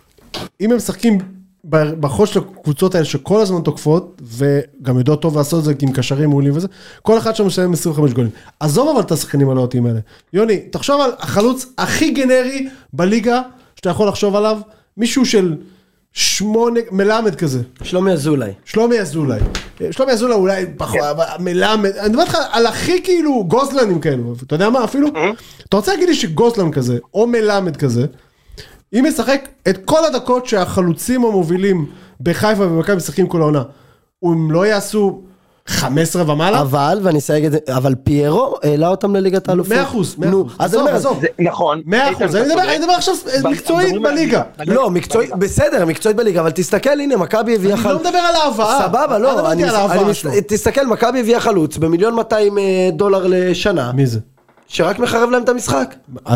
אם הם משחקים בחוש של הקבוצות האלה שכל הזמן תוקפות, וגם יודעות טוב לעשות את זה עם קשרים מעולים וזה, כל אחד שם משלם עשרים וחמישה גולים. עזוב אבל את השחקנים הלוהטים האלה. יוני, תחשוב על החלוץ הכי גנרי בליגה, שאתה יכול לחשוב עליו, מישהו של שמונה, מלמד כזה. שלומי אזולאי. שלומי אזולאי. שלומי אזולאי אולי פחות, מלמד, אני מדבר לך על הכי כאילו גוזלנים כאלו, אתה יודע מה אפילו? אתה רוצה להגיד לי שגוזלן כזה, או מלמד כזה, אם ישחק את כל הדקות שהחלוצים המובילים בחיפה ובמכבי משחקים כל העונה, הם לא יעשו חמש עשרה ומעלה? אבל, ואני אסייג את זה, אבל פיירו העלה אותם לליגת האלופות. מאה אחוז, מאה אחוז. אז אני אומר, נכון. מאה אחוז, אני מדבר עכשיו מקצועית בליגה. לא, מקצועית, בסדר, מקצועית בליגה, אבל תסתכל, הנה, מכבי הביאה חלוץ. אני לא מדבר על ההבאה. סבבה, לא, תסתכל, מכבי הביאה חלוץ במיליון מאתיים דולר לשנה. מי זה? שרק מחרב להם את המשחק.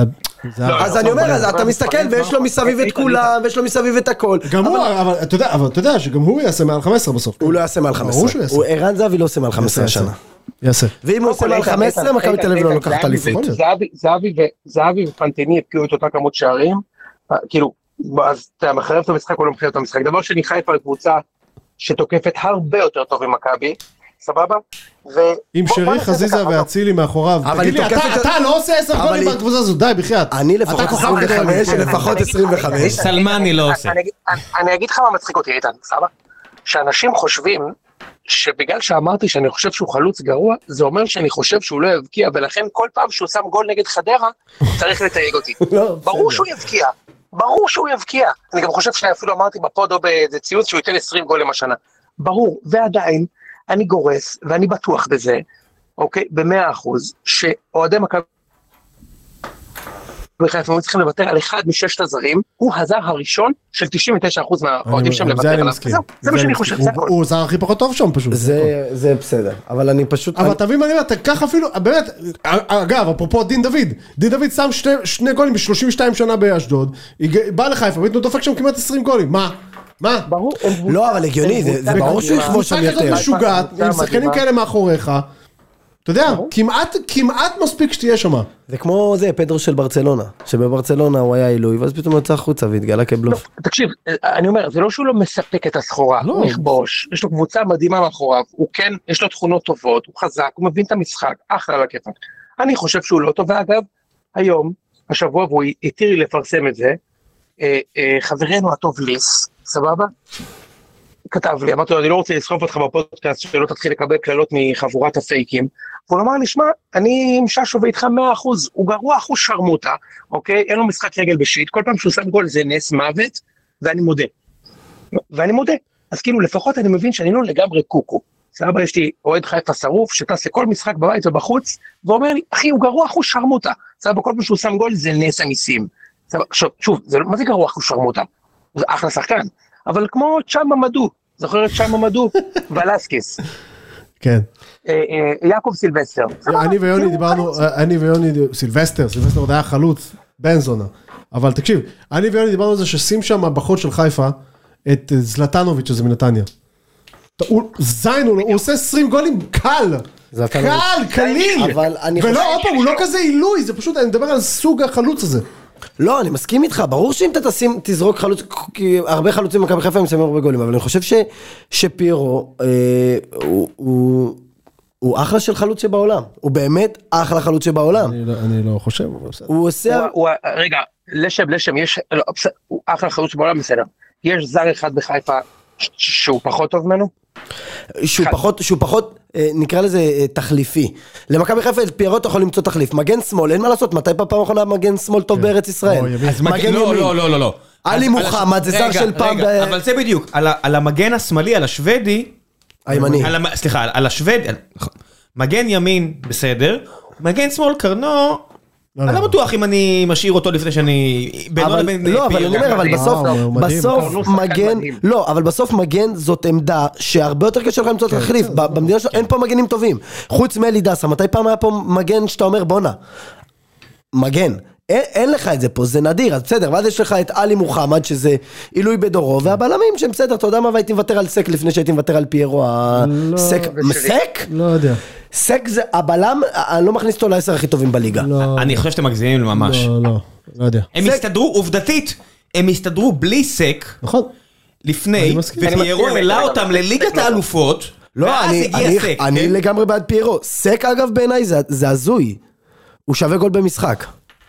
אז אני אומר, אז אתה מסתכל ויש לו מסביב את כולם, ויש לו מסביב את הכל. גם הוא, אבל אתה יודע שגם הוא יעשה מעל חמש עשרה בסוף. הוא לא יעשה מעל חמש עשרה. הוא ערן זהבי לא עושה מעל חמש עשרה השנה. יעשה. ואם הוא עושה מעל חמש עשרה, מכבי תל אביב לא לוקח את האליפות. זהבי ופנטיני הפקיעו את אותה כמות שערים, כאילו, אז אתה מחרב את המשחק או לא מחרב את המשחק. דבר שני, חיפה קבוצה שתוקפת הרבה יותר טוב ממכבי, סבבה? עם שרי חזיזה והצילי מאחוריו. תגיד לי, אתה לא עושה עשר גולים בקבוצה הזאת, די, בחייאת. אני לפחות עשרים וחמש, לפחות עשרים וחמש. סלמני לא עושה. אני אגיד לך מה מצחיק אותי, איתן, סבבה? שאנשים חושבים שבגלל שאמרתי שאני חושב שהוא חלוץ גרוע, זה אומר שאני חושב שהוא לא יבקיע, ולכן כל פעם שהוא שם גול נגד חדרה, צריך לתייג אותי. ברור שהוא יבקיע, ברור שהוא יבקיע. אני גם חושב שאפילו אמרתי בפוד או באיזה ציוץ שהוא ייתן עשרים גולים השנה. ברור, ועדיין, אני גורס, ואני בטוח בזה, אוקיי, במאה אחוז, שאוהדי מכבי חיפה הם צריכים לוותר על אחד מששת הזרים, הוא הזר הראשון של תשעים ותשעה אחוז מהאוהדים שם לוותר עליו. זה מה שאני חושב, זה הכל. הוא הזר הכי פחות טוב שם פשוט. זה בסדר, אבל אני פשוט... אבל תבין מה אני אומר, אתה כך אפילו, באמת, אגב, אפרופו דין דוד, דין דוד שם שני גולים ב-שלושים ושתיים שנה באשדוד, בא לחיפה, ואתה דופק שם כמעט עשרים גולים, מה? מה? ברור. לא, אבל הגיוני, זה ברור שהוא יכבוש שם יותר. קבוצה כזאת משוגעת, עם שחקנים כאלה מאחוריך, אתה יודע, כמעט, כמעט מספיק שתהיה שמה. זה כמו זה, פדרו של ברצלונה, שבברצלונה הוא היה עילוי, ואז פתאום יצא החוצה והתגלה כבלוף. תקשיב, אני אומר, זה לא שהוא לא מספק את הסחורה, הוא נכבוש, יש לו קבוצה מדהימה מאחוריו, הוא כן, יש לו תכונות טובות, הוא חזק, הוא מבין את המשחק, אחלה על הכיפאק. אני חושב שהוא לא טוב, ואגב, היום, השבוע, והוא התיר לי לפרסם את זה, חברנו הטוב ליס, סבבה? כתב לי, אמרתי לו, אני לא רוצה לסחוף אותך בפודקאסט, שלא תתחיל לקבל כללות מחבורת הפייקים, והוא אמר לי, שמע, אני עם ששו ואיתך מאה אחוז, הוא גרוע אחוז שרמוטה, אוקיי? אין לו משחק רגל בשיט, כל פעם שהוא שם גול זה נס מוות, ואני מודה. ואני מודה. אז כאילו, לפחות אני מבין שאני לא לגמרי קוקו. סבבה, יש לי אוהד חיפה שרוף, שטס לכל משחק בבית ובחוץ, ואומר לי, אחי, הוא גרוע אחוז שרמוטה. סבבה, כל פעם שהוא שם גול זה נס המיסים. סבבה, שוב, שוב, זה, מה זה גרוע אחוז שרמוטה? זה אחלה שחקן. אבל כמו צ'אמה מדו, זוכרת צ'אמה מדו? ולסקיס. כן. יעקב סילבסטר. אני ויוני דיברנו, אני ויוני, סילבסטר, סילבסטר עוד היה חלוץ, בן זונה. אבל תקשיב, אני ויוני דיברנו על זה ששים שם בחוד של חיפה, את זלטנוביץ' שזה מנתניה. זין, הוא עושה עשרים גולים קל. קל, קליל. ולא, עוד פעם, הוא לא כזה עילוי, זה פשוט, אני מדבר על סוג החלוץ הזה. לא, אני מסכים איתך, ברור שאם אתה תשים, תזרוק חלוץ, כי הרבה חלוצים במכבי חיפה הם שמים הרבה גולים, אבל אני חושב ש, שפירו, אה, הוא, הוא, הוא אחלה של חלוץ שבעולם, הוא באמת אחלה חלוץ שבעולם. אני לא, אני לא חושב, הוא עושה... הוא, הוא, רגע, לשם, לשם, יש, לא, הוא אחלה חלוץ שבעולם, בסדר. יש זר אחד בחיפה שהוא פחות טוב ממנו? שהוא פחות, שהוא פחות, נקרא לזה תחליפי. למכבי חיפה פירו אתה יכול למצוא תחליף. מגן שמאל, אין מה לעשות, מתי פעם אחרונה מגן שמאל טוב בארץ ישראל? מגן ימין. לא, לא, לא, לא. עלי מוחמד, זה זר של פעם. אבל זה בדיוק, על המגן השמאלי, על השוודי, הימני. סליחה, על השוודי, מגן ימין בסדר, מגן שמאל קרנו, אני לא בטוח אם אני משאיר אותו לפני שאני... לא, אבל אני אומר, אבל בסוף, בסוף מגן, לא, אבל בסוף מגן זאת עמדה שהרבה יותר קשה לך למצוא תחליף, במדינה שלנו אין פה מגנים טובים, חוץ מאלי דסה, מתי פעם היה פה מגן שאתה אומר בונה, מגן, אין לך את זה פה, זה נדיר, אז בסדר, ואז יש לך את עלי מוחמד שזה עילוי בדורו, והבלמים שהם בסדר, אתה יודע מה, והייתי מוותר על סק לפני שהייתי מוותר על פיירו, סק, סק? לא יודע. סק זה, הבלם, אני לא מכניס אותו לעשר הכי טובים בליגה. אני חושב שאתם מגזימים ממש. לא, לא, לא יודע. הם הסתדרו, עובדתית, הם הסתדרו בלי סק, נכון. לפני, ופיירו העלה אותם לליגת האלופות, ואז הגיע סק. אני לגמרי בעד פיירו. סק אגב בעיניי זה הזוי. הוא שווה גול במשחק.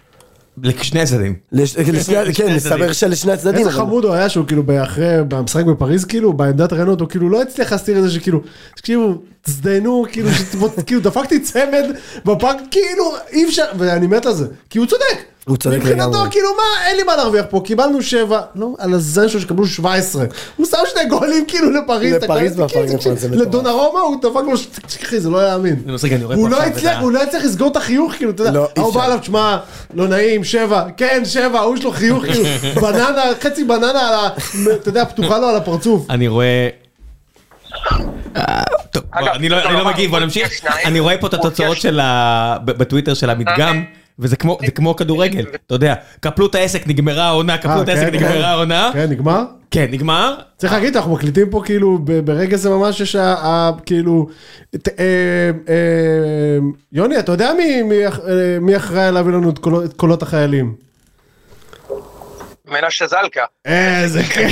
לשני הצדדים. כן, מסתבר שלשני הצדדים. איזה חמוד הוא היה שהוא כאילו אחרי, במשחק בפריז כאילו, בעמדת הרנות, הוא כאילו לא הצליח להסתיר את זה שכאילו, תקשיבו, תזדיינו, כאילו דפקתי צמד בפארק, כאילו אי אפשר, ואני מת על זה, כי הוא צודק. הוא צודק מבחינתו, כאילו מה, אין לי מה להרוויח פה, קיבלנו שבע, לא, על הזן שלו שקבלו שבע עשרה, הוא שם שני גולים כאילו לפריז, לפריז לדונרומה הוא דפק לו, תקחי, זה לא יאמין. הוא לא הצליח לסגור את החיוך, כאילו, אתה יודע, הוא בא עליו, תשמע, לא נעים, שבע, כן, שבע, הוא יש לו חיוך, כאילו, בננה, חצי בננה, אתה יודע, פתוחה לו על הפרצוף. אני רואה... טוב, אני לא מגיב, בוא נמשיך. אני רואה פה את התוצאות בטוויטר של המדגם, וזה כמו כדורגל, אתה יודע, קפלו את העסק, נגמרה העונה, קפלו את העסק, נגמרה העונה. כן, נגמר? כן, נגמר. צריך להגיד, אנחנו מקליטים פה כאילו, ברגע זה ממש יש כאילו, יוני, אתה יודע מי אחראי להביא לנו את קולות החיילים? מנשה זלקה. איזה כן.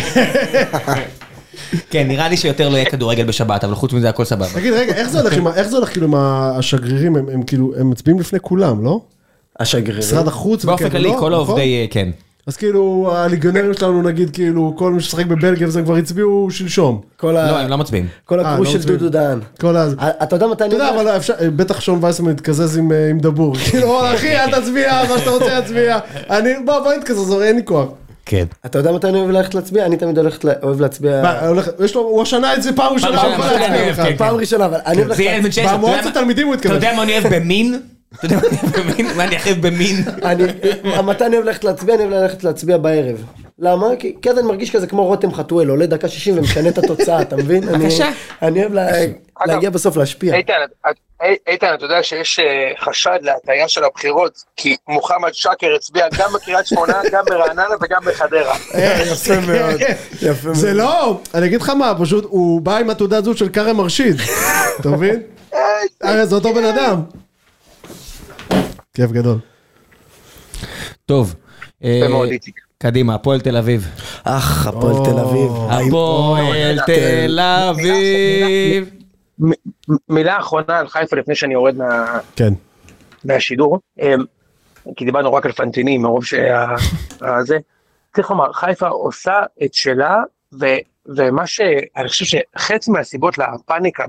כן, נראה לי שיותר לא יהיה כדורגל בשבת, אבל חוץ מזה הכל סבבה. תגיד, רגע, איך זה הולך, איך זה הולך כאילו עם השגרירים, הם כאילו, הם מצביעים לפני כולם, לא? השגרירים. משרד החוץ. באופן כללי, כל העובדי, כן. אז כאילו, הליגיונרים שלנו, נגיד, כאילו, כל מי ששחק בבלגיה, וזה כבר הצביעו שלשום. לא, הם לא מצביעים. כל הגרוש של דודו דהן. אתה יודע מתי אני... אתה יודע, אבל אפשר, בטח שון וייסמן מתקזז עם דבור. כאילו, אחי, אל תצביע, מה שאתה רוצה להצביע. אני, בוא, בוא נתקזז, אין לי כוח. כן. אתה יודע מתי אני אוהב ללכת להצביע? אני תמיד אוהב להצביע... יש לו, הוא השנה את זה פעם ראשונה. פעם ראשונה, אבל אני אוהב להצביע... במועצת תלמידים הוא התכוון. אתה יודע מה אני אוהב במין? אתה יודע מה אני אוהב במין? מה אני אוהב במין? מתי אני אוהב ללכת להצביע? אני אוהב ללכת להצביע בערב. למה? כי אז אני מרגיש כזה כמו רותם חתואל, עולה דקה שישים ומשנה את התוצאה, אתה מבין? בבקשה. אני אוהב להגיע בסוף להשפיע. איתן, אתה יודע שיש חשד להטעיה של הבחירות, כי מוחמד שקר הצביע גם בקריית שמונה, גם ברעננה וגם בחדרה. יפה מאוד. זה לא, אני אגיד לך מה, פשוט הוא בא עם התעודת זהות של קרם מרשיד. אתה מבין? הרי זה אותו בן אדם. כיף גדול. טוב. ומאוד איציק. קדימה, הפועל תל אביב. אך, הפועל תל אביב. הפועל תל אביב. מילה אחרונה על חיפה לפני שאני יורד מהשידור. כי דיברנו רק על פנטינים, מרוב שזה. צריך לומר, חיפה עושה את שלה, ומה שאני חושב שחצי מהסיבות לפאניקה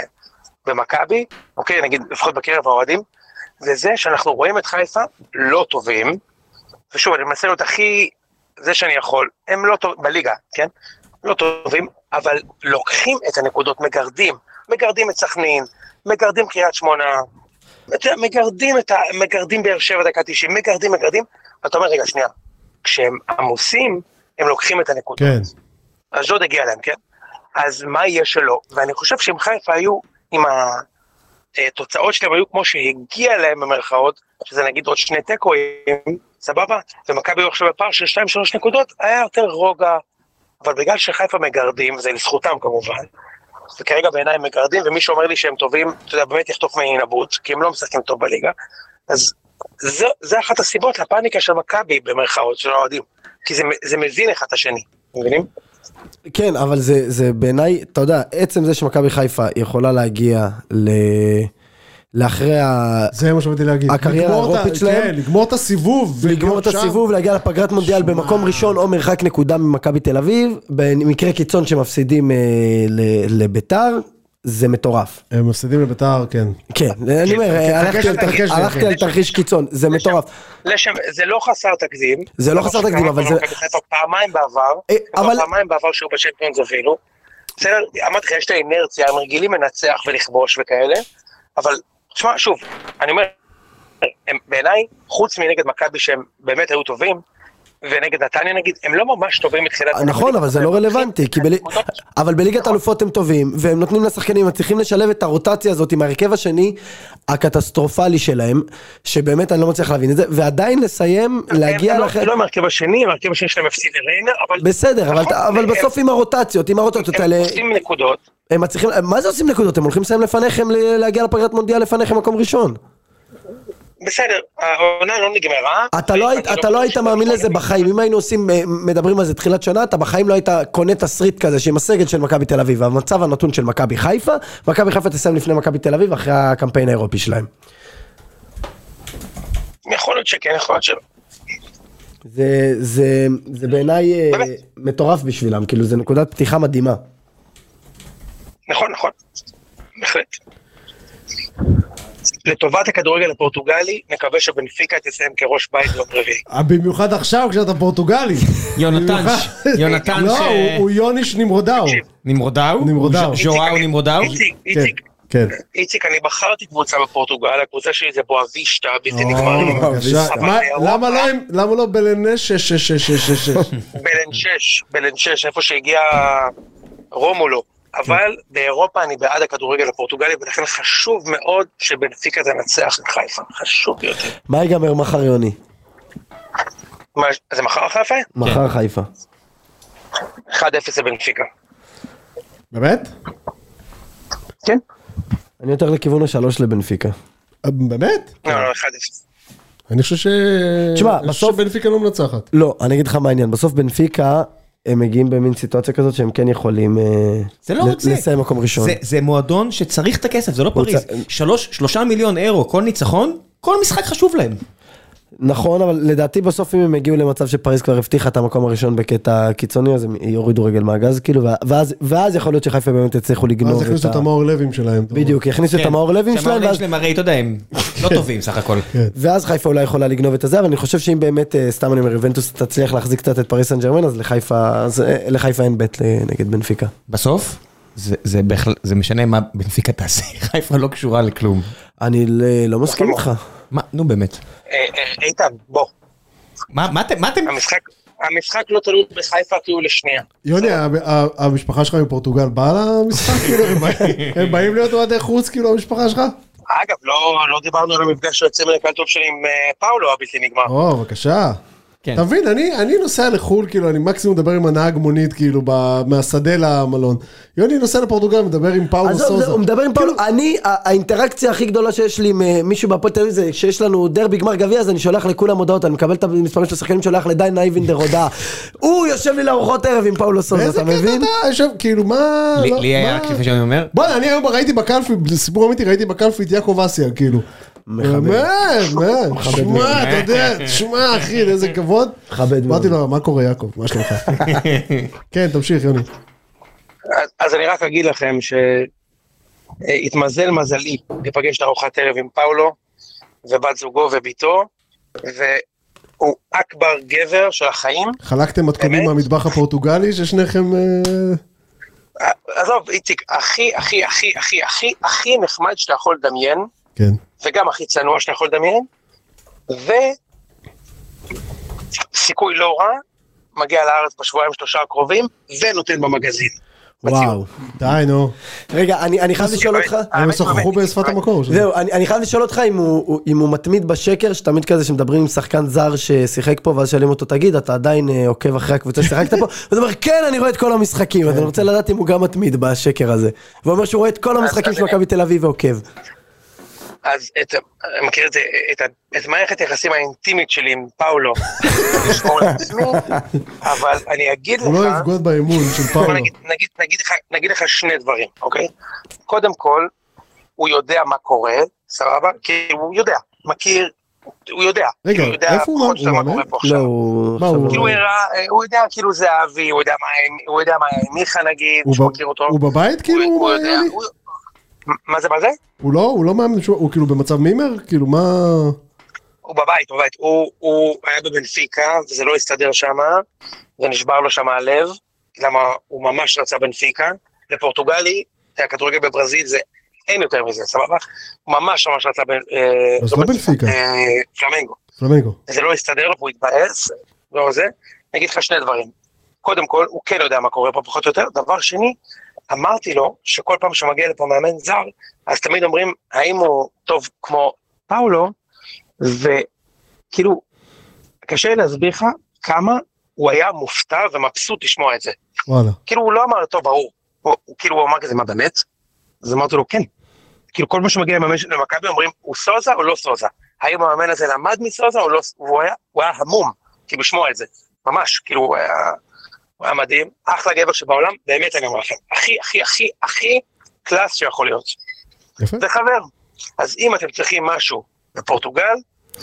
במכבי, אוקיי, נגיד לפחות בקרב האוהדים, זה זה שאנחנו רואים את חיפה לא טובים, ושוב, אני מנסה להיות הכי, זה שאני יכול, הם לא טובים, בליגה, כן? לא טובים, אבל לוקחים את הנקודות, מגרדים, מגרדים את סכנין, מגרדים קריית שמונה, מגרדים את ה... מגרדים באר שבע דקה תשעים, מגרדים, מגרדים, ואתה אומר, רגע, שנייה, כשהם עמוסים, הם לוקחים את הנקודות. כן. אז עוד הגיע להם, כן? אז מה יהיה שלו? ואני חושב שאם חיפה היו עם התוצאות שלהם, היו כמו שהגיע להם במרכאות, שזה נגיד עוד שני טקויים, סבבה? ומכבי היו עכשיו בפער של שתיים שלוש נקודות, היה יותר רוגע, אבל בגלל שחיפה מגרדים, וזה לזכותם כמובן, וכרגע בעיניי מגרדים, ומי שאומר לי שהם טובים, אתה יודע, באמת יחתוך מהנבוט, כי הם לא משחקים טוב בליגה, אז זה, זה אחת הסיבות לפאניקה של מכבי במרכאות, של האוהדים, כי זה, זה מזין אחד את השני, מבינים? כן, אבל זה, זה בעיניי, אתה יודע, עצם זה שמכבי חיפה יכולה להגיע ל... לאחרי זה מה שבאתי להגיד. הקריירה האירופית שלהם. לגמור את הסיבוב. לגמור את הסיבוב, להגיע לפגרת מונדיאל במקום ראשון או מרחק נקודה ממכבי תל אביב, במקרה קיצון שמפסידים לביתר, זה מטורף. הם מפסידים לביתר, כן. כן, אני אומר, הלכתי על תרחיש קיצון, זה מטורף. זה לא חסר תקדים. זה לא חסר תקדים, אבל זה... פעמיים בעבר, פעמיים בעבר שהוא בשמפיונס אפילו. בסדר, אמרתי לך, יש את האינרציה, הם רגילים לנצח ולכבוש וכאלה, אבל תשמע, שוב, אני אומר, הם בעיניי, חוץ מנגד מכבי שהם באמת היו טובים, ונגד נתניה נגיד, הם לא ממש טובים מתחילת... נכון, אבל זה לא רלוונטי, אבל בליגת האלופות הם טובים, והם נותנים לשחקנים, הם צריכים לשלב את הרוטציה הזאת עם הרכב השני, הקטסטרופלי שלהם, שבאמת אני לא מצליח להבין את זה, ועדיין לסיים, להגיע לכם... לא עם הרכב השני, הרכב השני שלהם הפסיד לריינה, אבל... בסדר, אבל בסוף עם הרוטציות, עם הרוטציות האלה... הם עושים נקודות. הם מצליחים... מה זה עושים נקודות? הם הולכים לסיים לפניכם, להגיע לפגרת מונדיאל לפניכם מקום ראשון. בסדר, העונה לא נגמרה. אתה לא היית מאמין לזה בחיים, אם היינו עושים, מדברים על זה תחילת שנה, אתה בחיים לא היית קונה תסריט כזה, שעם הסגל של מכבי תל אביב, המצב הנתון של מכבי חיפה, מכבי חיפה תסיים לפני מכבי תל אביב, אחרי הקמפיין האירופי שלהם. יכול להיות שכן, יכול להיות שלא. זה בעיניי מטורף בשבילם, כאילו זה נקודת פתיחה מדהימה. נכון, נכון, בהחלט. לטובת הכדורגל הפורטוגלי, נקווה שבנפיקה תסיים כראש בית ביום רביעי. במיוחד עכשיו כשאתה פורטוגלי. יונתן, יונתן ש... לא, הוא יוניש נמרודאו. נמרודאו? נמרודאו. ז'ואאו נמרודאו? איציק, כן. איציק, אני בחרתי קבוצה בפורטוגל, הקבוצה שלי זה בואבישטה, בלתי נגמר. למה לא בלן שש, שש, שש, שש, בלן שש, בלן שש, איפה שהגיע רומולו. אבל באירופה אני בעד הכדורגל הפורטוגלי, ולכן חשוב מאוד שבנפיקה תנצח את חיפה. חשוב ביותר. מה ייגמר מחר יוני? זה מחר חיפה? מחר חיפה. אחד אפס לבנפיקה. באמת? כן. אני יותר לכיוון השלוש לבנפיקה. באמת? לא, לא, אחד אפס. אני חושב ש... תשמע, בסוף... בנפיקה לא מנצחת. לא, אני אגיד לך מה העניין. בסוף בנפיקה... הם מגיעים במין סיטואציה כזאת שהם כן יכולים לסיים מקום ראשון. זה מועדון שצריך את הכסף, זה לא פריז. שלושה מיליון אירו, כל ניצחון, כל משחק חשוב להם. נכון, אבל לדעתי בסוף אם הם הגיעו למצב שפריז כבר הבטיחה את המקום הראשון בקטע קיצוני, אז הם יורידו רגל מהגז, כאילו, ואז יכול להיות שחיפה באמת יצליחו לגנוב את ה... אז יכניסו את המאור לבים שלהם. בדיוק, יכניסו את המאור לבים שלהם. שהמאור לבים שלהם הרי, אתה יודע, הם לא טובים סך הכל. ואז חיפה אולי יכולה לגנוב את הזה, אבל אני חושב שאם באמת, סתם אני אומר, יובנטוס תצליח להחזיק קצת את פריז סן ז'רמן, אז לחיפה אין בית נגד בנפיקה. בסוף, זה משנה מה בנפיקה תעשה, חיפה לא קשורה לכלום. אני לא מסכים איתך. מה, נו באמת. איתן, בוא. מה אתם? המשחק, המשחק לא תלוי בחיפה כאילו לשנייה. יוני, המשפחה שלך מפורטוגל באה למשחק? הם באים להיות אוהדי חוץ כאילו המשפחה שלך? אגב, לא דיברנו על המפגש שיוצא מלקל טוב שלי עם פאולו הבלתי נגמר. או, בבקשה. אתה מבין, אני נוסע לחול, כאילו, אני מקסימום מדבר עם הנהג מונית, כאילו, מהשדה למלון. יוני נוסע לפורטוגל, מדבר עם פאולו סוזה. הוא מדבר עם פאולו, אני, האינטראקציה הכי גדולה שיש לי עם מישהו בהפועל תל אביב, זה שיש לנו דרבי גמר גביע, אז אני שולח לכולם הודעות, אני מקבל את המספרים של השחקנים, שולח לדיין נייבינדר הודעה. הוא יושב לי לארוחות ערב עם פאולו סוזה, אתה מבין? איזה קטע אתה יושב, כאילו, מה... לי היה רק לפני שאני אומר. בוא, אני היום ראיתי בקלפי, סיפור אמיתי, ראיתי בקלפי את יעקב אסיה, כאילו. באמת, באמת, שמע, אתה יודע, שמע אחי, איזה כבוד. אמרתי לו, מה קורה יעקב, מה שלומך? כן, תמשיך יוני. אז אני רק אגיד לכם שהתמזל מזלי לפגש את ארוחת ערב עם פאולו ובת זוגו וביתו, והוא אכבר גבר של החיים. חלקתם מתכונים מהמטבח הפורטוגלי ששניכם... עזוב, איציק, הכי, הכי, הכי, הכי, הכי, הכי נחמד שאתה יכול לדמיין. כן. וגם הכי צנוע שאתה יכול לדמיין, וסיכוי לא רע, מגיע לארץ בשבועיים שלושה הקרובים, ונותן במגזין. וואו. די, נו. רגע, אני חייב לשאול אותך... הם שוחחו בשפת המקור. זהו, אני חייב לשאול אותך אם הוא מתמיד בשקר, שתמיד כזה שמדברים עם שחקן זר ששיחק פה, ואז שואלים אותו, תגיד, אתה עדיין עוקב אחרי הקבוצה ששיחקת פה? ואתה אומר, כן, אני רואה את כל המשחקים, אז אני רוצה לדעת אם הוא גם מתמיד בשקר הזה. והוא אומר שהוא רואה את כל המשחקים של מכבי תל אביב ועוקב. אז את, אני מכיר את, את, את מערכת היחסים האינטימית שלי עם פאולו, לשמור לעצמי, אבל אני אגיד לך... הוא לא יפגוד באמון של פאולו. נגיד, נגיד, נגיד, לך, נגיד לך שני דברים, אוקיי? קודם כל, הוא יודע מה קורה, סבבה? כי הוא יודע, מכיר, הוא יודע. רגע, הוא יודע איפה הוא מאמן? לא, הוא... כאילו הוא יודע, כאילו זה אבי, הוא יודע מה מיכה נגיד, שהוא מכיר אותו. הוא בבית כאילו? הוא יודע, מה זה, מה זה? הוא לא, הוא לא מאמן, הוא כאילו במצב מימר? כאילו מה... הוא בבית, בבית. הוא, הוא היה בבנפיקה, וזה לא הסתדר שם, ונשבר לו שם הלב, למה הוא ממש רצה בנפיקה. לפורטוגלי, הכדורגל בברזיל, זה אין יותר מזה, סבבה? הוא ממש ממש רצה... אז לא בנפיקה. פלמנגו. פלמנגו. זה לא הסתדר לו, והוא התבאס, לא זה. אני אגיד לך שני דברים. קודם כל, הוא כן יודע מה קורה פה פחות או יותר. דבר שני, אמרתי לו שכל פעם שמגיע לפה מאמן זר, אז תמיד אומרים, האם הוא טוב כמו פאולו, וכאילו, קשה לי להסביר לך כמה הוא היה מופתע ומבסוט לשמוע את זה. וואלה. כאילו הוא לא אמר, טוב, ברור, הוא, כאילו הוא אמר כזה, מה באמת? אז אמרתי לו, כן. כאילו כל מה שמגיע למאמן למכבי אומרים, הוא סוזה או לא סוזה? האם המאמן הזה למד מסוזה או לא, הוא היה, הוא היה המום, כאילו לשמוע את זה. ממש, כאילו הוא היה... הוא היה מדהים, אחלה גבר שבעולם, באמת אני אומר לכם, הכי, הכי, הכי, הכי קלאס שיכול להיות. יפה. זה חבר. אז אם אתם צריכים משהו בפורטוגל,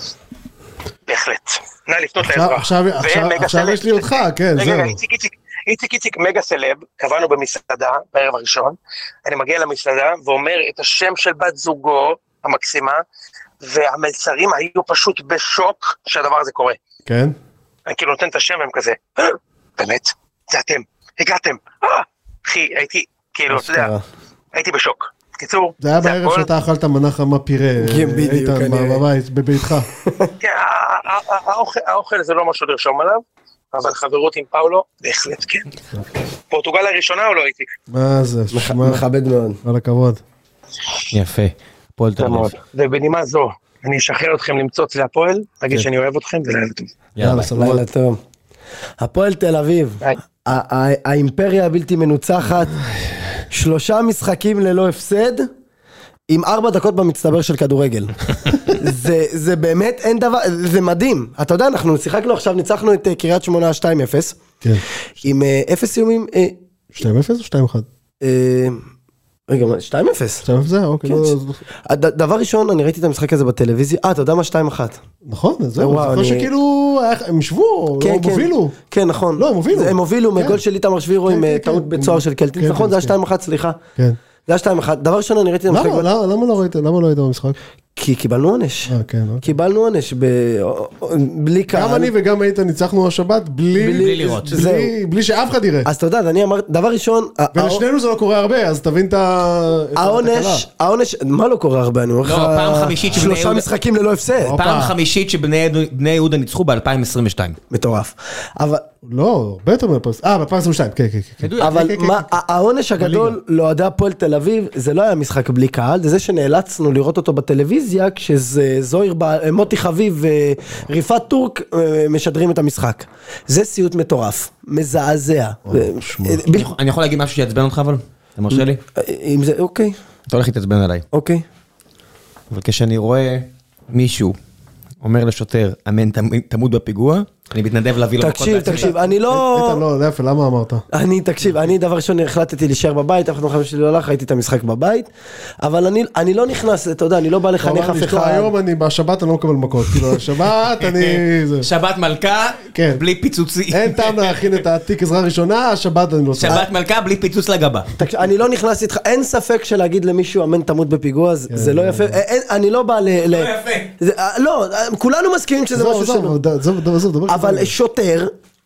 בהחלט. נא לפנות לעזרה. עכשיו, עכשיו, עכשיו יש לי אותך, כן, זהו. רגע, איציק, איציק, איציק, איציק, מגה סלב, קבענו במסעדה, בערב הראשון, אני מגיע למסעדה ואומר את השם של בת זוגו, המקסימה, והמלצרים היו פשוט בשוק שהדבר הזה קורה. כן. אני כאילו נותן את השם והם כזה, באמת, זה אתם, הגעתם, אחי, הייתי, כאילו, אתה יודע, הייתי בשוק. קיצור, זה היה בערב שאתה אכלת מנה חמה פירה, איתן, בבית, בביתך. כן, האוכל זה לא משהו לרשום עליו, אבל חברות עם פאולו, בהחלט כן. פורטוגל הראשונה או לא הייתי? מה זה? מכבד מאוד. כל הכבוד. יפה, הפועל תל אביב. ובנימה זו, אני אשחרר אתכם למצוץ להפועל, תגיד שאני אוהב אתכם, ולילה טוב. יאללה, סבבה. לילה טוב. הפועל תל אביב, האימפריה הבלתי מנוצחת, שלושה משחקים ללא הפסד, עם ארבע דקות במצטבר של כדורגל. זה, זה באמת אין דבר, זה מדהים. אתה יודע, אנחנו שיחקנו עכשיו, ניצחנו את קריית שמונה שתיים אפס. כן. עם אפס סיומים. שתיים אפס או שתיים אחת? רגע, שתיים אפס. שתיים אפס זה, אוקיי. דבר ראשון, אני ראיתי את המשחק הזה בטלוויזיה. אה, אתה יודע מה שתיים אחת? נכון, זהו. אני חושב שכאילו, הם שבו, לא הובילו. כן, נכון. לא, הם הובילו. הם הובילו מגול של איתמר שבירו עם טעות בצוהר של קלטין. נכון, זה היה שתיים אחת, סליחה. כן. זה היה שתיים אחת. דבר ראשון, אני ראיתי את המשחק. למה לא ראית? למה לא היית במשחק? כי קיבלנו עונש. אה, כן. קיבלנו עונש בלי קהל. גם אני וגם היית ניצחנו השבת בלי לראות. בלי שאף אחד יראה. אז אתה יודע, אני אמר, דבר ראשון... ולשנינו זה לא קורה הרבה, אז תבין את התקלה. העונש, העונש, מה לא קורה הרבה? אני אומר לך... לא, פעם חמישית שבני שלושה משחקים ללא הפסד. פעם חמישית שבני יהודה ניצחו ב-אלפיים עשרים ושתיים. מטורף. אבל לא, הרבה יותר מפרס, אה, בפרס ושתיים, כן, כן, כן. אבל העונש הגדול לאוהדי הפועל תל אביב, זה לא היה משחק בלי קהל, זה זה שנאלצנו לראות אותו בטלוויזיה, כשזה זוהיר, מוטי חביב וריפת טורק משדרים את המשחק. זה סיוט מטורף, מזעזע. אני יכול להגיד משהו שיעצבן אותך אבל? אתה מרשה לי? אם זה, אוקיי. אתה הולך להתעצבן עליי. אוקיי. אבל כשאני רואה מישהו אומר לשוטר, אמן תמות בפיגוע, אני מתנדב להביא לו... תקשיב, תקשיב, אני לא... איתן, לא, להפל, למה אמרת? אני, תקשיב, אני דבר ראשון החלטתי להישאר בבית, אף אחד מחבר שלי לא הלך, הייתי את המשחק בבית, אבל אני, אני לא נכנס, אתה יודע, אני לא בא לחנך אף אחד. היום אני, בשבת אני לא מקבל מכות, כאילו, שבת אני... שבת מלכה, בלי פיצוצי. אין טעם להכין את התיק עזרה ראשונה, השבת אני לא עושה. שבת מלכה, בלי פיצוץ לגבה. אני לא נכנס איתך, אין ספק שלהגיד למישהו, אמן תמות בפיגוע, זה לא יפה, אני לא בא ל... לא יפה. לא, כולנו מסכימים שזה משהו שלא. אבל שוטר,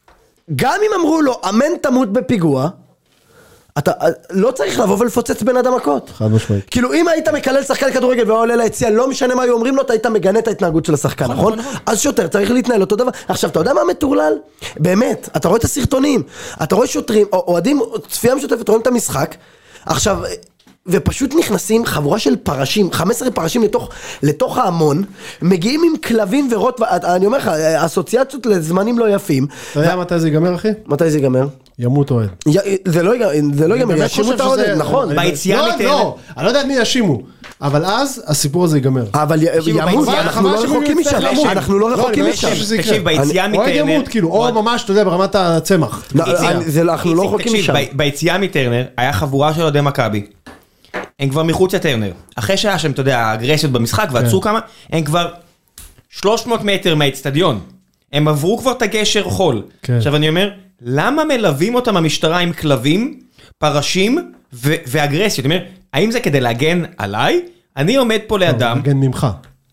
גם אם אמרו לו, אמן תמות בפיגוע, אתה לא צריך לבוא ולפוצץ בן אדם מכות. חד משמעית. כאילו אם היית מקלל שחקן כדורגל ועולה ליציע, לא משנה מה היו אומרים לו, אתה היית מגנה את ההתנהגות של השחקן, נכון? אז שוטר צריך להתנהל אותו דבר. עכשיו, אתה יודע מה מטורלל? באמת, אתה רואה את הסרטונים, אתה רואה שוטרים, אוהדים, צפייה משותפת, רואים את המשחק, עכשיו... ופשוט נכנסים חבורה של פרשים, חמישה עשר פרשים לתוך, לתוך ההמון, מגיעים עם כלבים ורוט, אני אומר לך, אסוציאציות לזמנים לא יפים. אתה יודע מתי זה ייגמר, אחי? מתי זה ייגמר? ימות אוהד. זה לא ייגמר, ישימו את האוהד, נכון. ביציאה מתארת. לא, אני לא יודע את מי ישימו, אבל אז הסיפור הזה ייגמר. אבל ימות, אנחנו לא רחוקים משם, אנחנו לא רחוקים משם. תקשיב, ביציאה מטרנר. אוהד ימות, כאילו, או ממש, אתה יודע, ברמת הצמח. אנחנו לא רחוקים משם. ביציאה מטרנר, היה חבורה של אוהדי מכבי. הם כבר מחוץ לטרנר. אחרי שהיה שם, אתה יודע, האגרסיות במשחק, ועצרו כמה, הם כבר שלוש מאות מטר מהאצטדיון. הם עברו כבר את הגשר חול. עכשיו אני אומר, למה מלווים אותם המשטרה עם כלבים, פרשים ואגרסיות? אני אומר, האם זה כדי להגן עליי? אני עומד פה לאדם... להגן ממך.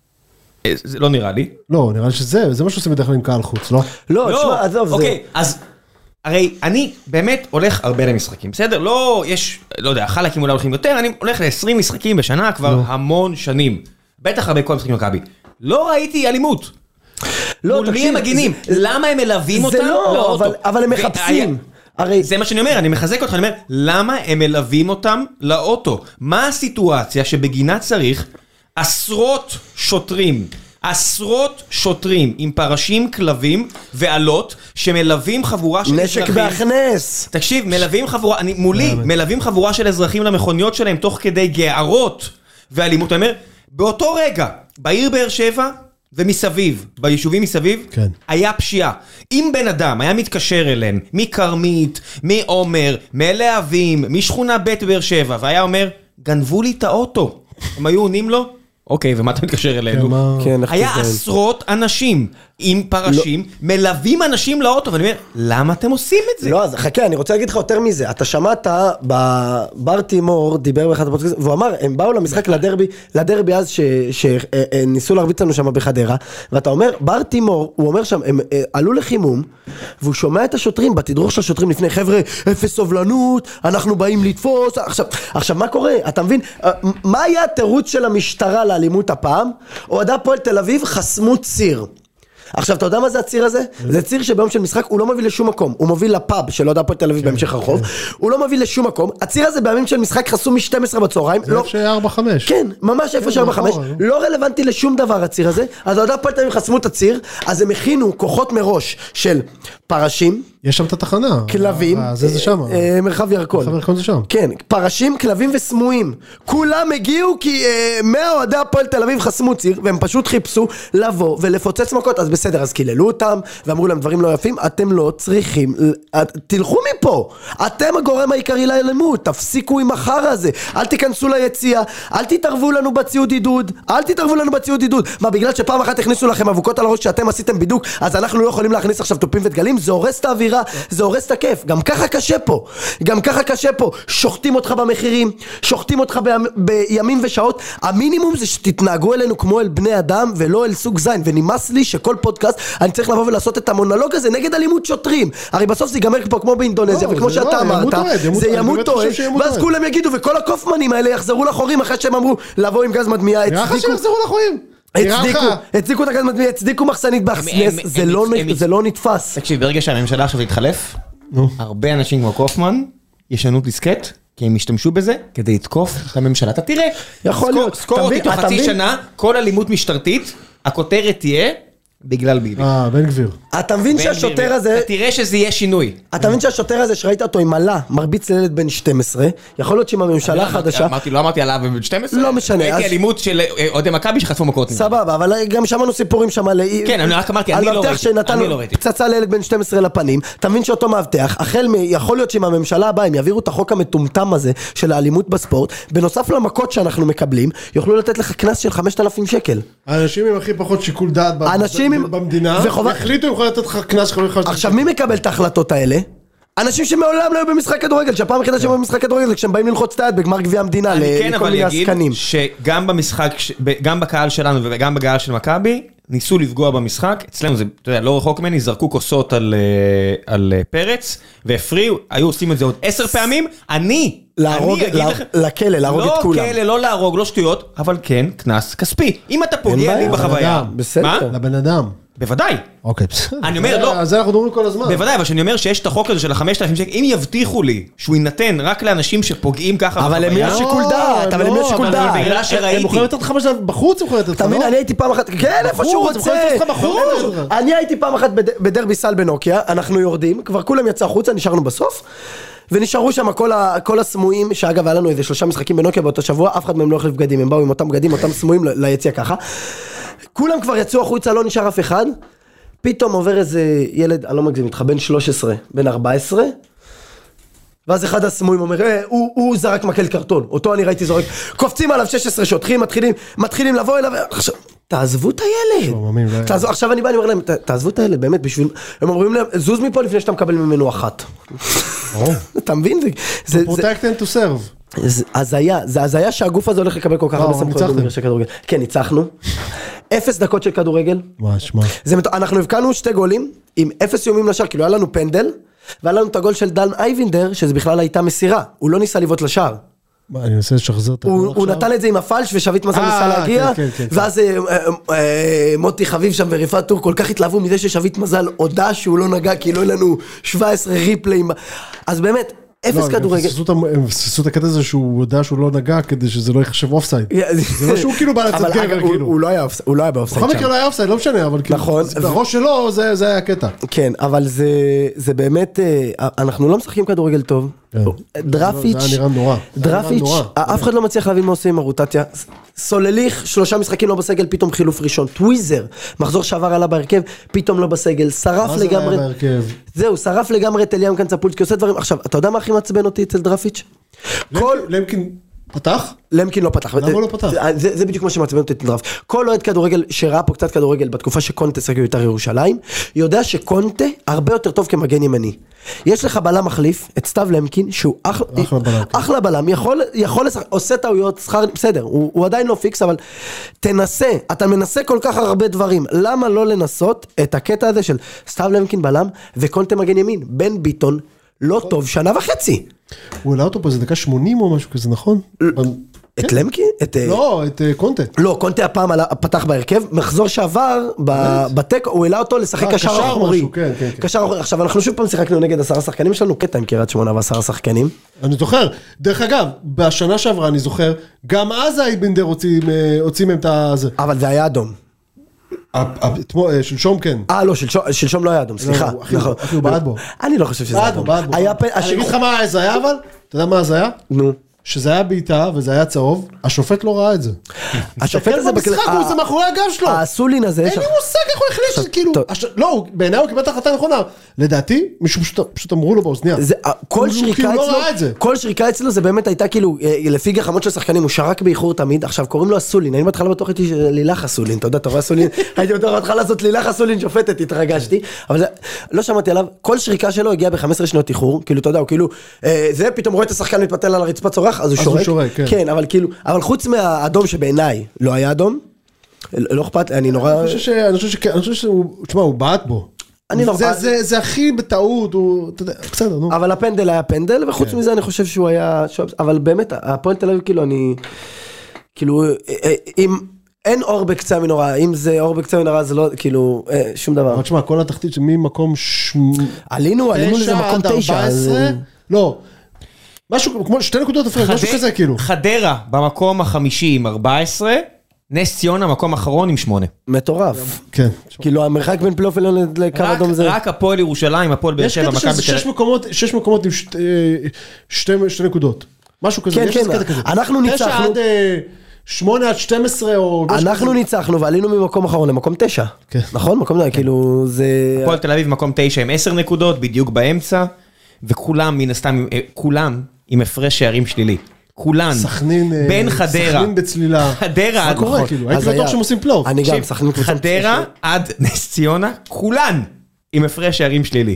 זה לא נראה לי. לא, נראה לי שזה, זה מה שעושים בדרך כלל עם קהל חוץ, לא? לא, תשמע, עזוב, זה... אוקיי, אז... הרי אני באמת הולך הרבה למשחקים, בסדר? לא, יש, לא יודע, חלקים אולי הולכים יותר, אני הולך ל-עשרים משחקים בשנה כבר המון שנים. בטח הרבה כל משחקים מכבי. לא ראיתי אלימות. מול מי הם מגינים? למה הם מלווים אותם לאוטו? אבל הם מחפשים. זה מה שאני אומר, אני מחזק אותך, אני אומר, למה הם מלווים אותם לאוטו? מה הסיטואציה שבגינה צריך עשרות שוטרים, עשרות שוטרים עם פרשים, כלבים ועלות שמלווים חבורה של נשק אזרחים. נשק בהכנס. תקשיב, מלווים חבורה, אני מולי, מלווים חבורה של אזרחים למכוניות שלהם תוך כדי גערות ואלימות. אני אומר, באותו רגע, בעיר באר שבע ומסביב, ביישובים מסביב, כן. היה פשיעה. אם בן אדם היה מתקשר אליהם, מקרמית, מעומר, מאלהבים, משכונה בית באר שבע, והיה אומר, גנבו לי את האוטו. הם היו עונים לו, אוקיי, ומה אתה מתקשר אלינו? היה עשרות אנשים עם פרשים, מלווים אנשים לאוטו, ואני אומר, למה אתם עושים את זה? לא, אז חכה, אני רוצה להגיד לך יותר מזה. אתה שמעת, בר תימור דיבר באחד הפודקאסט, והוא אמר, הם באו למשחק לדרבי, לדרבי אז שניסו להרביץ לנו שם בחדרה, ואתה אומר, בר תימור, הוא אומר שם, הם עלו לחימום, והוא שומע את השוטרים, בתדרוך של השוטרים לפני, חבר'ה, אפס סובלנות, אנחנו באים לתפוס, עכשיו, עכשיו, מה קורה? אתה מבין? מה היה התירוץ של המשטרה לאלימות הפעם? אוהדי הפועל תל אביב חסמו ציר. עכשיו, אתה יודע מה זה הציר הזה? זה ציר שביום של משחק הוא לא מביא לשום מקום. הוא מוביל לפאב של אוהדי הפועל תל אביב בהמשך הרחוב. הוא לא מביא לשום מקום. הציר הזה בימים של משחק חסום מ-שתים עשרה בצהריים. זה איפה ש-ארבע חמש. כן, ממש איפה ש-ארבע חמש. לא רלוונטי לשום דבר הציר הזה. אז אוהדי הפועל תל אביב חסמו את הציר, אז הם הכינו כוחות מראש של פרשים. יש שם את התחנה. כלבים. זה זה שם. מרחב ירקון. מרחב ירקון זה שם. כן, פרשים, כלבים וסמויים. כולם הגיעו כי מאה אוהדי הפועל תל אביב חסמו ציר, והם פשוט חיפשו לבוא ולפוצץ מכות. אז בסדר, אז קיללו אותם, ואמרו להם דברים לא יפים. אתם לא צריכים, תלכו מפה. אתם הגורם העיקרי לאלימות. תפסיקו עם החרא הזה. אל תיכנסו ליציאה. אל תתערבו לנו בציוד עידוד. אל תתערבו לנו בציוד עידוד. מה, בגלל שפעם אחת הכניסו לכם אבוקות על הראש שאתם עשיתם בידוק, אז אנחנו לא יכולים להכניס עכשיו טופים ודגלים? זה הורס את האווירה, זה הורס את הכיף. גם ככה קשה פה. גם ככה קשה פה. שוחטים אותך במחירים, שוחטים אותך בימים ושעות. המינימום זה שתתנהגו אלינו כמו אל בני אדם ולא אל סוג זין. ונמאס לי שכל פודקאסט אני צריך לבוא ולעשות את המונולוג הזה נגד אלימות שוטרים. הרי בסוף זה ייגמר פה כמו באינדונזיה, וכמו שאתה אמרת, זה ימות אוהד, ואז כולם יגידו, וכל הקופמנים האלה יחזרו לחורים אחרי שהם אמרו לבוא עם גז מדמיע. אחרי שהם יחזרו לחורים. הצדיקו, הצדיקו את הגז מדמי, הצדיקו מחסנית באכסנס, זה לא נתפס. תקשיב, ברגע שהממשלה עכשיו תתחלף, הרבה אנשים כמו קופמן ישנו דיסקט, כי הם ישתמשו בזה כדי לתקוף את הממשלה. אתה תראה, יכול להיות. סקור אותי תוך חצי שנה, כל אלימות משטרתית, הכותרת תהיה בגלל ביבי. אה, בן גביר. אתה מבין שהשוטר הזה... אתה תראה שזה יהיה שינוי. אתה מבין שהשוטר הזה שראית אותו עם עלה, מרביץ לילד בן שתים עשרה, יכול להיות שעם הממשלה החדשה... לא אמרתי עליו בן שתים עשרה? לא משנה. הייתי אלימות של אוהדי מכבי שחטפו מכות. סבבה, אבל גם שמענו סיפורים שם על... כן, אני רק אמרתי, אני לא ראיתי. על מאבטח שנתן פצצה לילד בן שתים עשרה לפנים. אתה מבין שאותו מאבטח, החל מ... יכול להיות שעם הממשלה הבאה הם יעבירו את החוק המטומטם הזה של האלימות בספורט, בנוסף למכות שאנחנו מקבלים, יוכלו לתת לך קנס של חמשת אלפים שקל. האנשים עם הכי פחות שיקול דעת במדינה, החליטו יכולים לתת לך קנס. עכשיו מי מקבל את ההחלטות האלה? אנשים שמעולם לא היו במשחק כדורגל, שהפעם היחידה שהם במשחק כדורגל זה כשהם באים ללחוץ את היד בגמר גביע המדינה לכל מיני עסקנים. אני כן אבל אגיד שגם במשחק, גם בקהל שלנו וגם בקהל של מכבי, ניסו לפגוע במשחק, אצלנו זה, אתה יודע, לא רחוק ממני, זרקו כוסות על פרץ, והפריעו, היו עושים את זה עוד עשר פעמים, אני, להרוג, לכלא, להרוג את כולם. לא כלא, לא להרוג, לא שטויות, אבל כן, קנס כספי. אם אתה פוגע לי בחוויה, בסדר. לבן אדם. בוודאי. אוקיי, בסדר. אני אומר, לא. זה אנחנו דומים כל הזמן. בוודאי, אבל שאני אומר שיש את החוק הזה של ה-חמשת אלפים שקל, אם יבטיחו לי שהוא יינתן רק לאנשים שפוגעים ככה אבל הם יש שיקול דעת, אבל הם יש שיקול דעת. בגלל שראיתי. הם מוכנים לתת לך חמש דעת בחוץ, הם יכולים לתת לך, אתה מבין, אני הייתי פעם אחת, כן, איפה שהוא רוצה. אני הייתי פעם אחת בדרבי סל בנוקיה, אנחנו יורדים, כבר כולם יצא החוצה, נשארנו בסוף. ונשארו שם כל, ה, כל הסמויים, שאגב היה לנו איזה שלושה משחקים בנוקיה באותו שבוע, אף אחד מהם לא החליף בגדים, הם באו עם אותם בגדים, אותם סמויים ליציע ככה. כולם כבר יצאו החוצה, לא נשאר אף אחד. פתאום עובר איזה ילד, אני לא מגזים, מתך בן שלוש עשרה, בן ארבע עשרה, ואז אחד הסמויים אומר, אה, הוא, הוא זרק מקל קרטון, אותו אני ראיתי זורק, קופצים עליו שש עשרה שוטרים, מתחילים, מתחילים לבוא אליו, עכשיו, תעזבו את הילד. תעזבו, עכשיו אני בא, אני אומר להם, תעזבו את הילד, באמת, בשביל, הם אומרים להם, זוז מפה לפני שאתה מקבל ממנו אחת. אתה מבין? To protect and to serve. אז היה, זה היה שהגוף הזה הולך לקבל כל כך הרבה סמכויות במגרש הכדורגל. כן, ניצחנו. אפס דקות של כדורגל. ממש, מה? אנחנו הבקענו שתי גולים עם אפס יומים לשער, כאילו היה לנו פנדל, והיה לנו את הגול של דן אייבינדר, שזה בכלל הייתה מסירה. הוא לא ניסה לבעוט לשער. אני מנסה לשחזר את הגול עכשיו. הוא נתן את זה עם הפלש ושבית מזל ניסה להגיע, ואז מוטי חביב שם וריפת טור כל כך התלהבו מזה ששבית מזל הודע שהוא לא נגע, כי לא היה לנו שבע עשרה ריפליים. אז באמת, אפס כדורגל. הם פספסו את הקטע הזה שהוא יודע שהוא לא נגע כדי שזה לא יחשב אופסייד. זה לא שהוא כאילו בא לצאת גבר כאילו. הוא לא היה באופסייד שם. בכל מקרה לא היה אופסייד, לא משנה, אבל כאילו. נכון. בראש שלו זה היה הקטע. כן, אבל זה באמת, אנחנו לא משחקים כדורגל טוב. דרפיץ', זה נראה נורא. דרפיץ', אף אחד לא מצליח להבין מה עושה עם הרוטציה. סולליך, שלושה משחקים לא בסגל, פתאום חילוף ראשון. טוויזר, מחזור שעבר עלה בהרכב, פתאום לא בסגל. שרף לגמרי. זהו, שרף לגמרי את אליאם קנצפולסקי, עושה דברים. עכשיו, אתה יודע מה הכי מעצבן אותי אצל דרפיץ'? למקין פתח? למקין לא פתח. למה לא פתח? זה בדיוק מה שמעצבן אותי אצל דרפיץ'. כל אוהד כדורגל שראה פה קצת כדורגל בתקופה שקונטה שחק בית"ר ירושלים, יודע שקונטה הרבה יותר טוב כמגן ימני. יש לך בלם מחליף, את סתיו למקין, שהוא אחלה בלם, יכול לשחק, עושה טעויות, שכר, בסדר, הוא עדיין לא פיקס, אבל תנסה, אתה מנסה כל כך הרבה דברים, למה לא לנסות את הקטע הזה של סתיו למקין בלם, וקונטה מגן ימין, בן ביטון, לא טוב, שנה וחצי. הוא העלה אותו פה, זה דקה שמונים או משהו כזה, נכון? את למקין? לא, את קונטה. לא, קונטה הפעם פתח בהרכב, מחזור שעבר, בטק, הוא העלה אותו לשחק קשר אחורי. קשר אחורי. עכשיו, אנחנו שוב פעם שיחקנו נגד עשרה שחקנים, יש לנו קטע עם קריית שמונה ועשרה שחקנים. אני זוכר, דרך אגב, בשנה שעברה אני זוכר, גם אז האייבינדר הוציא מהם את הזה. אבל זה היה אדום. שלשום כן. אה לא, שלשום לא היה אדום, סליחה. אחי הוא בעד בו. אני לא חושב שזה היה אדום. אני אגיד לך מה זה היה אבל? אתה יודע מה זה היה? נו. שזה היה בעיטה וזה היה צהוב, השופט לא ראה את זה. השופט הזה במשחק, הוא זה מאחורי הגב שלו. הסולין הזה. אין לי מושג איך הוא החליט, כאילו, לא, בעיניי הוא קיבל את ההחלטה הנכונה. לדעתי, מישהו פשוט אמרו לו באוזניה. כל שריקה אצלו זה באמת הייתה כאילו, לפי גחמות של שחקנים, הוא שרק באיחור תמיד, עכשיו קוראים לו הסולין, אני בהתחלה בטוח הייתי לילך הסולין, אתה יודע, אתה רואה הסולין, הייתי בטוח בהתחלה לעשות לילך הסולין שופטת, התרגשתי, אבל לא שמעתי עליו, כל שריקה שלו הגיעה ב-חמש עשרה שניות איחור, כאילו, אתה יודע, הוא כאילו, זה פתאום רואה את השחקן מתפתל על הרצפה צורח, אז הוא שורק, כן, אבל כאילו, אבל חוץ מהאדום שבעיניי לא היה אדום, לא אכפת, אני נורא... אני חושב שהוא, תשמע, הוא בעט בו. זה הכי בטעות, בסדר, נו. אבל הפנדל היה פנדל, וחוץ מזה אני חושב שהוא היה... אבל באמת, הפועל תל אביב, כאילו, אני... כאילו, אם... אין אור בקצה המנורה, אם זה אור בקצה המנורה זה לא, כאילו, שום דבר. אבל תשמע, כל התחתית ממקום ש... עלינו, עלינו לזה מקום תשע. לא, משהו, כמו שתי נקודות הפרש, משהו כזה כאילו. חדרה במקום החמישי עם ארבע עשרה, נס ציונה מקום אחרון עם שמונה. מטורף. כן. כאילו המרחק בין פלייאוף עליון לקו אדום זה... רק הפועל ירושלים, הפועל באר שבע, מכבי בתל אביב. שש מקומות עם שתי נקודות. משהו כזה. כן, כן, אנחנו ניצחנו. תשע עד שמונה עד שתים עשרה או... אנחנו ניצחנו ועלינו ממקום אחרון למקום תשע. נכון? מקום תשע, כאילו זה... הפועל תל אביב מקום תשע עם עשר נקודות, בדיוק באמצע, וכולם מן הסתם, כולם עם הפרש שערים שלילי. כולן, בין חדרה, סכנין בצלילה, חדרה, מה קורה כאילו, הייתי בטוח שהם עושים פלייאוף, אני גם, סכנין קבוצה, חדרה עד נס ציונה, כולן עם הפרש שערים שלילי.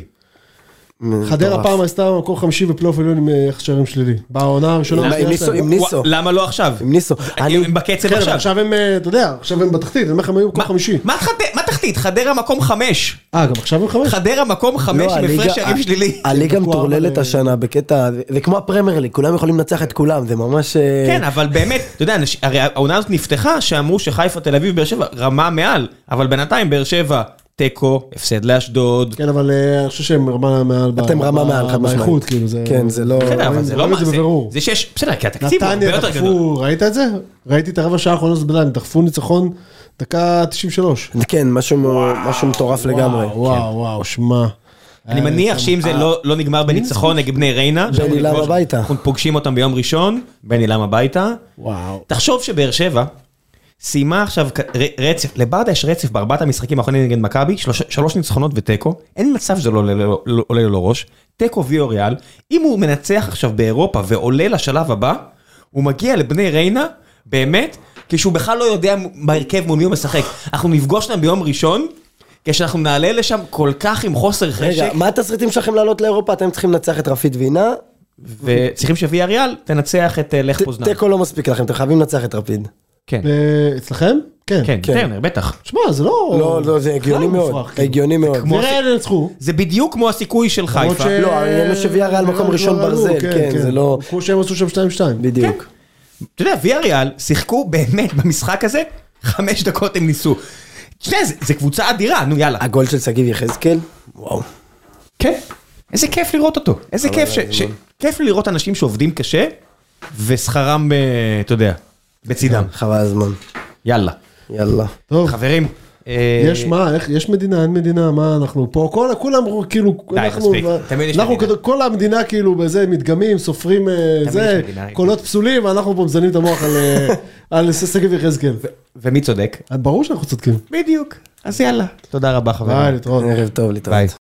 חדרה פעם עשתה מקום חמישי בפלייאוף עליון עם שערים שלילי, בעונה הראשונה, עם ניסו, למה לא עכשיו? עם ניסו, הם בקצב עכשיו, עכשיו הם, אתה יודע, עכשיו הם בתחתית, אני אומר לך הם היו מקום חמישי, מה תחתית? חדרה מקום חמש, אה גם עכשיו הם חמש? חדרה מקום חמש עם הפרש שערים שלילי, הליגה מטורללת השנה בקטע, זה כמו הפרמייר ליג, כולם יכולים לנצח את כולם, זה ממש... כן, אבל באמת, אתה יודע, הרי העונה הזאת נפתחה, שאמרו שחיפה, תל אביב, באר שבע, רמה מעל, אבל בינתיים באר שבע טקו, הפסד לאשדוד. כן, אבל אני חושב שהם רמה מעל. אתם רמה מעל, חד משמעית. באיכות, כאילו, זה... כן, זה לא... בסדר, אבל זה לא מה, זה שיש... בסדר, כי התקציב הוא הרבה יותר גדול. ראית את זה? ראיתי את הרבע שעה האחרונה, הם דחפו ניצחון דקה תשעים ושלוש. כן, משהו מטורף לגמרי. וואו, וואו, שמע. אני מניח שאם זה לא נגמר בניצחון נגד בני ריינה, בני לם הביתה. אנחנו פוגשים אותם ביום ראשון, בני לם הביתה. וואו. תחשוב שבאר שבע סיימה עכשיו רצף, לברדה יש רצף בארבעת המשחקים האחרונים נגד מכבי, שלוש ניצחונות וטקו, אין מצב שזה לא עולה לו לראש, טקו ויוריאל, אם הוא מנצח עכשיו באירופה ועולה לשלב הבא, הוא מגיע לבני ריינה, באמת, כשהוא בכלל לא יודע בהרכב מול מי הוא משחק, אנחנו נפגוש להם ביום ראשון, כשאנחנו נעלה לשם כל כך עם חוסר חשק. רגע, מה התסריטים שלכם לעלות לאירופה? אתם צריכים לנצח את רפית וינה? וצריכים שוויאריאל תנצח את לך פוזנן. טקו לא מספיק לכם, אתם חייבים לנצח את רפיד. כן. אצלכם? כן. כן, טרנר, בטח. שמע, זה לא... לא, לא, זה הגיוני מאוד. הגיוני מאוד. נראה לנצחו. זה בדיוק כמו הסיכוי של חיפה. לא, העניין שוויאריאל מקום ראשון ברזל, כן, זה לא... כמו שהם עשו שם שתיים שתיים. בדיוק. אתה יודע, ויאריאל שיחקו באמת במשחק הזה, חמש דקות הם ניסו. תשמע, זה קבוצה אדירה, נו יאללה. הגול של סגיב יחזקאל? וואו. כן. איזה כיף לראות אותו. איזה כיף ש... כיף לראות אנשים שעובדים קשה, ושכרם, אתה יודע, בצידם. חבל הזמן. יאללה. יאללה. טוב. חברים. יש מה, יש מדינה, אין מדינה, מה אנחנו פה, כולם כאילו, אנחנו, כל המדינה כאילו בזה מתגמים, סופרים זה, קולות פסולים, ואנחנו פה מזנים את המוח על סגב יחזקאל. ומי צודק? ברור שאנחנו צודקים. בדיוק. אז יאללה. תודה רבה חברים. ביי, להתראות. ערב טוב, להתראות.